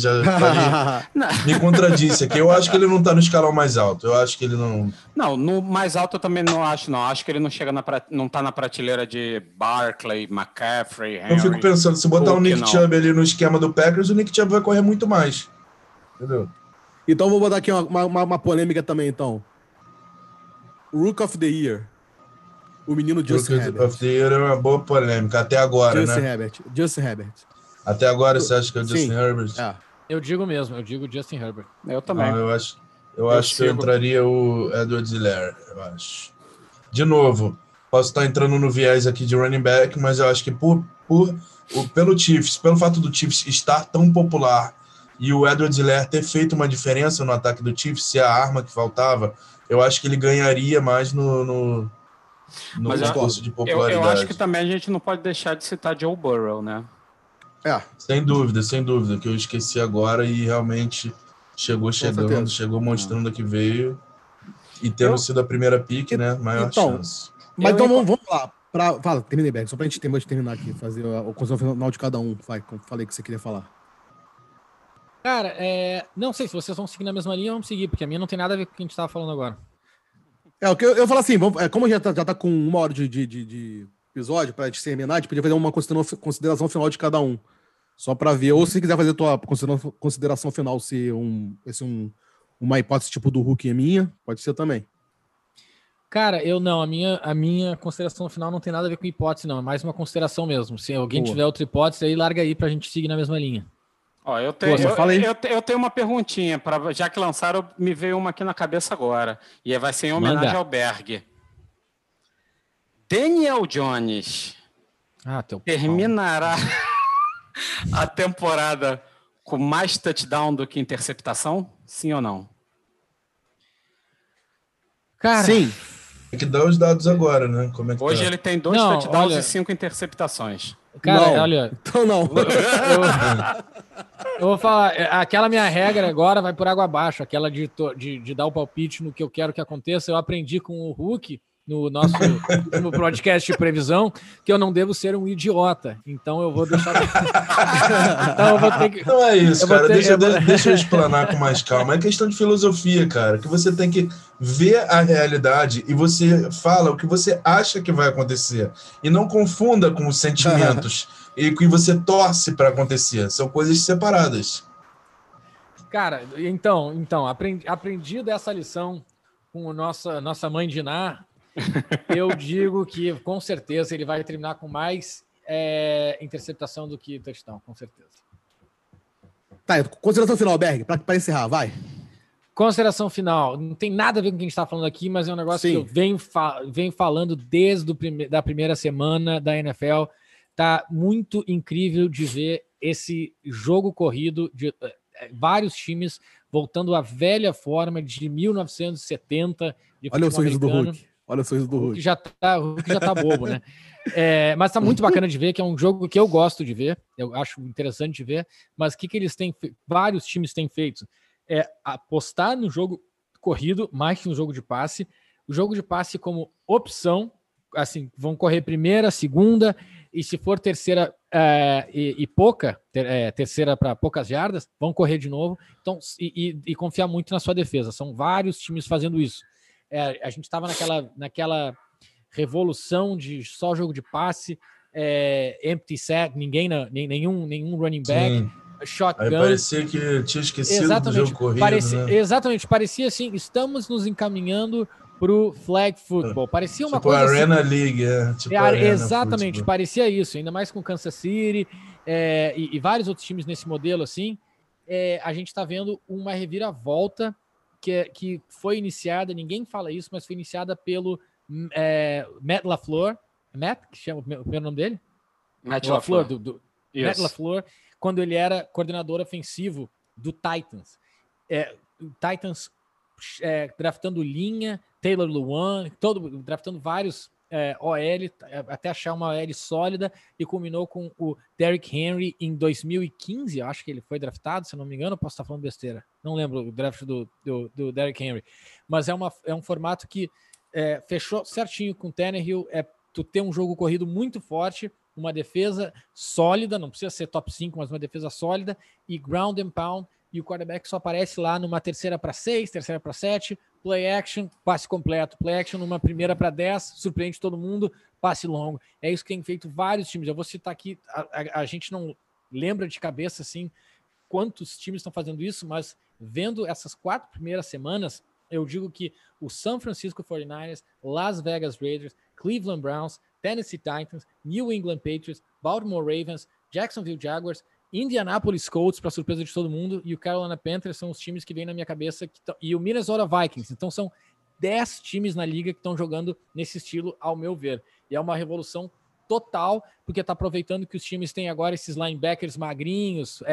me contradisse aqui. Eu acho que ele não está no escalão mais alto. Eu acho que ele não. Não, no mais alto eu também não acho, não. Acho que ele não chega não está na prateleira de Barkley, McCaffrey, Henry. Eu fico pensando, se botar o Nick Chubb ali no esquema do Packers, o Nick Chubb vai correr muito mais. Entendeu? Então vou botar aqui uma polêmica também, então. Rook of the Year. O menino Justin Herbert. Rook of the Year é uma boa polêmica, até agora, Justin Herbert. Até agora você acha que é o Justin Herbert? Eu digo mesmo, eu digo Justin Herbert. Eu também. Eu acho que eu entraria o Edwards-Helaire, eu acho. De novo, posso estar entrando no viés aqui de running back, mas eu acho que pelo Chiefs, pelo fato do Chiefs estar tão popular e o Edwards-Helaire ter feito uma diferença no ataque do Chiefs, ser a arma que faltava, eu acho que ele ganharia mais no concurso de popularidade. Eu acho que também a gente não pode deixar de citar Joe Burrow, né? Sem dúvida, que eu esqueci agora e realmente chegou mostrando que veio e tendo sido a primeira pick, né? Maior chance. Mas então vamos lá. Fala, terminei, Berg, só pra gente terminar aqui, fazer a consideração final de cada um. Vai, como falei que você queria falar. Cara, não sei se vocês vão seguir na mesma linha ou vamos seguir, porque a minha não tem nada a ver com o que a gente tava falando agora. O que eu falo assim, como já tá com 1 hora de episódio pra gente terminar, a gente podia fazer uma consideração final de cada um. Só pra ver, ou se quiser fazer a tua consideração final, se uma hipótese tipo do Hulk é minha, pode ser também. Cara, a minha consideração final não tem nada a ver com hipótese, não. É mais uma consideração mesmo. Se alguém tiver outra hipótese, aí larga aí pra gente seguir na mesma linha. Ó, eu tenho uma perguntinha, já que lançaram, me veio uma aqui na cabeça agora. E vai ser em homenagem ao Berg. Daniel Jones terminará a temporada com mais touchdown do que interceptação? Sim ou não? Cara, sim. Tem que dar os dados agora, né? Como é que Hoje tá? ele tem 2 touchdowns e 5 interceptações. Cara, não. olha... Então não. Eu vou falar, aquela minha regra agora vai por água abaixo, aquela de dar o palpite no que eu quero que aconteça. Eu aprendi com o Hulk, no nosso no podcast de previsão, que eu não devo ser um idiota. Então eu vou deixar... então eu vou ter que... Não é isso, cara. Deixa eu explanar com mais calma. É questão de filosofia, cara, que você tem que ver a realidade e você fala o que você acha que vai acontecer. E não confunda com os sentimentos e o que você torce para acontecer. São coisas separadas. Cara, então aprendi dessa lição com a nossa mãe Diná. Eu digo que, com certeza, ele vai terminar com mais interceptação do que touchdown, com certeza. Tá, consideração final, Berg, para encerrar, vai. Consideração final. Não tem nada a ver com o que a gente está falando aqui, mas é um negócio que eu venho falando desde da primeira semana da NFL. Tá muito incrível de ver esse jogo corrido de vários times voltando à velha forma de 1970. Olha o sorriso do Hulk. Olha o sorriso do Hulk. O Hulk já tá bobo, né? Mas tá muito bacana de ver, que é um jogo que eu gosto de ver, eu acho interessante de ver, mas o que eles têm vários times têm feito é apostar no jogo corrido mais que no jogo de passe. O jogo de passe como opção, assim, vão correr primeira, segunda, e se for terceira terceira para poucas jardas, vão correr de novo. Então, e confiar muito na sua defesa. São vários times fazendo isso. A gente estava naquela revolução de só jogo de passe, empty set, nenhum running back, Sim. shotgun. Aí parecia que tinha esquecido do jogo corrido. Né? Exatamente, parecia assim, estamos nos encaminhando para o flag football. Parecia uma coisa Arena assim, League. Exatamente, football. Parecia isso, ainda mais com Kansas City e vários outros times nesse modelo assim. A gente está vendo uma reviravolta que foi iniciada, ninguém fala isso, mas foi iniciada pelo Matt LaFleur. Matt, que chama o primeiro nome dele? Matt LaFleur. Matt LaFleur, quando ele era coordenador ofensivo do Titans. O Titans draftando linha, Taylor Lewan, draftando vários OL, até achar uma OL sólida, e culminou com o Derrick Henry em 2015, eu acho que ele foi draftado, se não me engano, posso estar falando besteira, não lembro o draft do Derrick Henry, mas é um formato que fechou certinho com o Tannehill, tu ter um jogo corrido muito forte, uma defesa sólida, não precisa ser top 5, mas uma defesa sólida, e ground and pound, e o quarterback só aparece lá numa terceira para 6, terceira para 7, play action, passe completo, play action numa primeira para 10, surpreende todo mundo, passe longo. É isso que tem feito vários times. Eu vou citar aqui, a gente não lembra de cabeça assim quantos times estão fazendo isso, mas vendo essas 4 primeiras semanas, eu digo que o San Francisco 49ers, Las Vegas Raiders, Cleveland Browns, Tennessee Titans, New England Patriots, Baltimore Ravens, Jacksonville Jaguars, Indianapolis Colts, para surpresa de todo mundo, e o Carolina Panthers são os times que vêm na minha cabeça, e o Minnesota Vikings. Então são 10 times na liga que estão jogando nesse estilo, ao meu ver. E é uma revolução total, porque está aproveitando que os times têm agora esses linebackers magrinhos,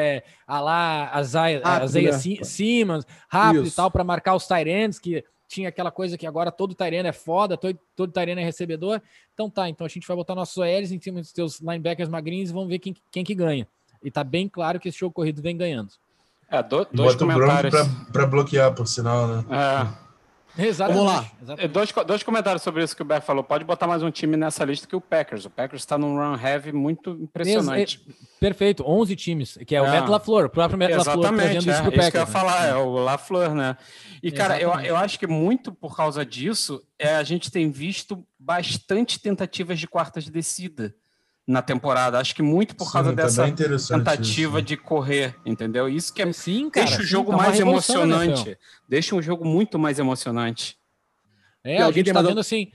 a Isaiah Simmons, rápido e tal, para marcar os tight ends, que tinha aquela coisa que agora todo tight end é foda, todo tight end é recebedor. Então a gente vai botar nossos OLs em cima dos seus linebackers magrinhos e vamos ver quem que ganha. E tá bem claro que esse jogo corrido vem ganhando. Dois comentários. Para bloquear, por sinal, né? Exatamente. Vamos lá. Exatamente. Dois comentários sobre isso que o Beto falou. Pode botar mais um time nessa lista que o Packers. O Packers está num run heavy muito impressionante. Perfeito. 11 times, que é o Matt LaFleur, o próprio Matt LaFleur trazendo isso pro Packers. Isso que eu ia falar, é o LaFleur, né? E, cara, eu acho que muito por causa disso, a gente tem visto bastante tentativas de quartas de descida na temporada. Acho que muito por causa dessa tentativa isso, de correr, entendeu? Isso que deixa o jogo mais emocionante. Deixa um jogo muito mais emocionante. A gente tá vendo assim,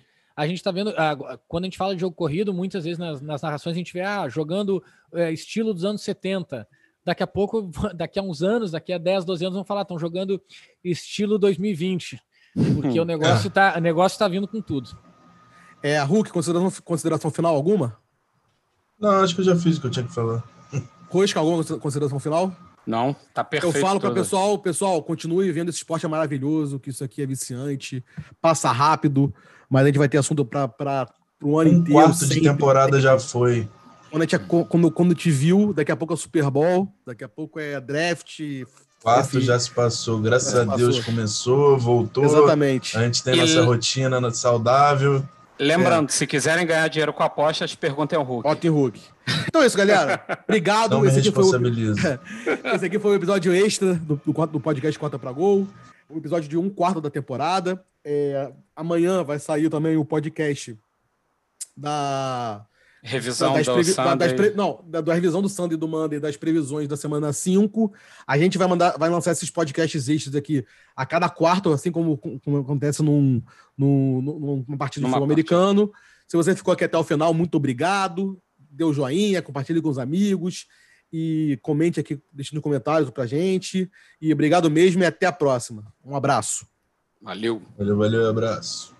quando a gente fala de jogo corrido, muitas vezes nas narrações a gente vê jogando estilo dos anos 70. daqui a pouco, daqui a uns anos, daqui a 10, 12 anos, vão falar, estão jogando estilo 2020, porque o negócio tá vindo com tudo. Hulk, consideração final alguma? Não, acho que eu já fiz o que eu tinha que falar. Rosca, alguma consideração final? Não, tá perfeito. Eu falo para o pessoal, continue vendo, esse esporte é maravilhoso, que isso aqui é viciante, passa rápido, mas a gente vai ter assunto para o ano inteiro. Quarto de temporada já foi. Quando te viu, daqui a pouco é Super Bowl, daqui a pouco é draft. Quarto já se passou, graças a Deus começou, voltou. Exatamente. A gente tem nossa rotina saudável. Lembrando, se quiserem ganhar dinheiro com apostas, perguntem ao Hulk. Botem Hulk. Então é isso, galera. Obrigado. Não me responsabilizo. Esse aqui foi o episódio extra do podcast Quarta pra Gol. O episódio de 1/4 da temporada. Amanhã vai sair também o podcast da revisão da revisão do Sunday e do Monday, das previsões da semana 5. A gente vai lançar esses podcasts extras aqui a cada quarto, assim como acontece numa partida de futebol americano. Se você ficou aqui até o final, muito obrigado. Dê o joinha, compartilhe com os amigos e comente aqui, deixe nos comentários pra gente. E obrigado mesmo e até a próxima. Um abraço. Valeu. Valeu, abraço.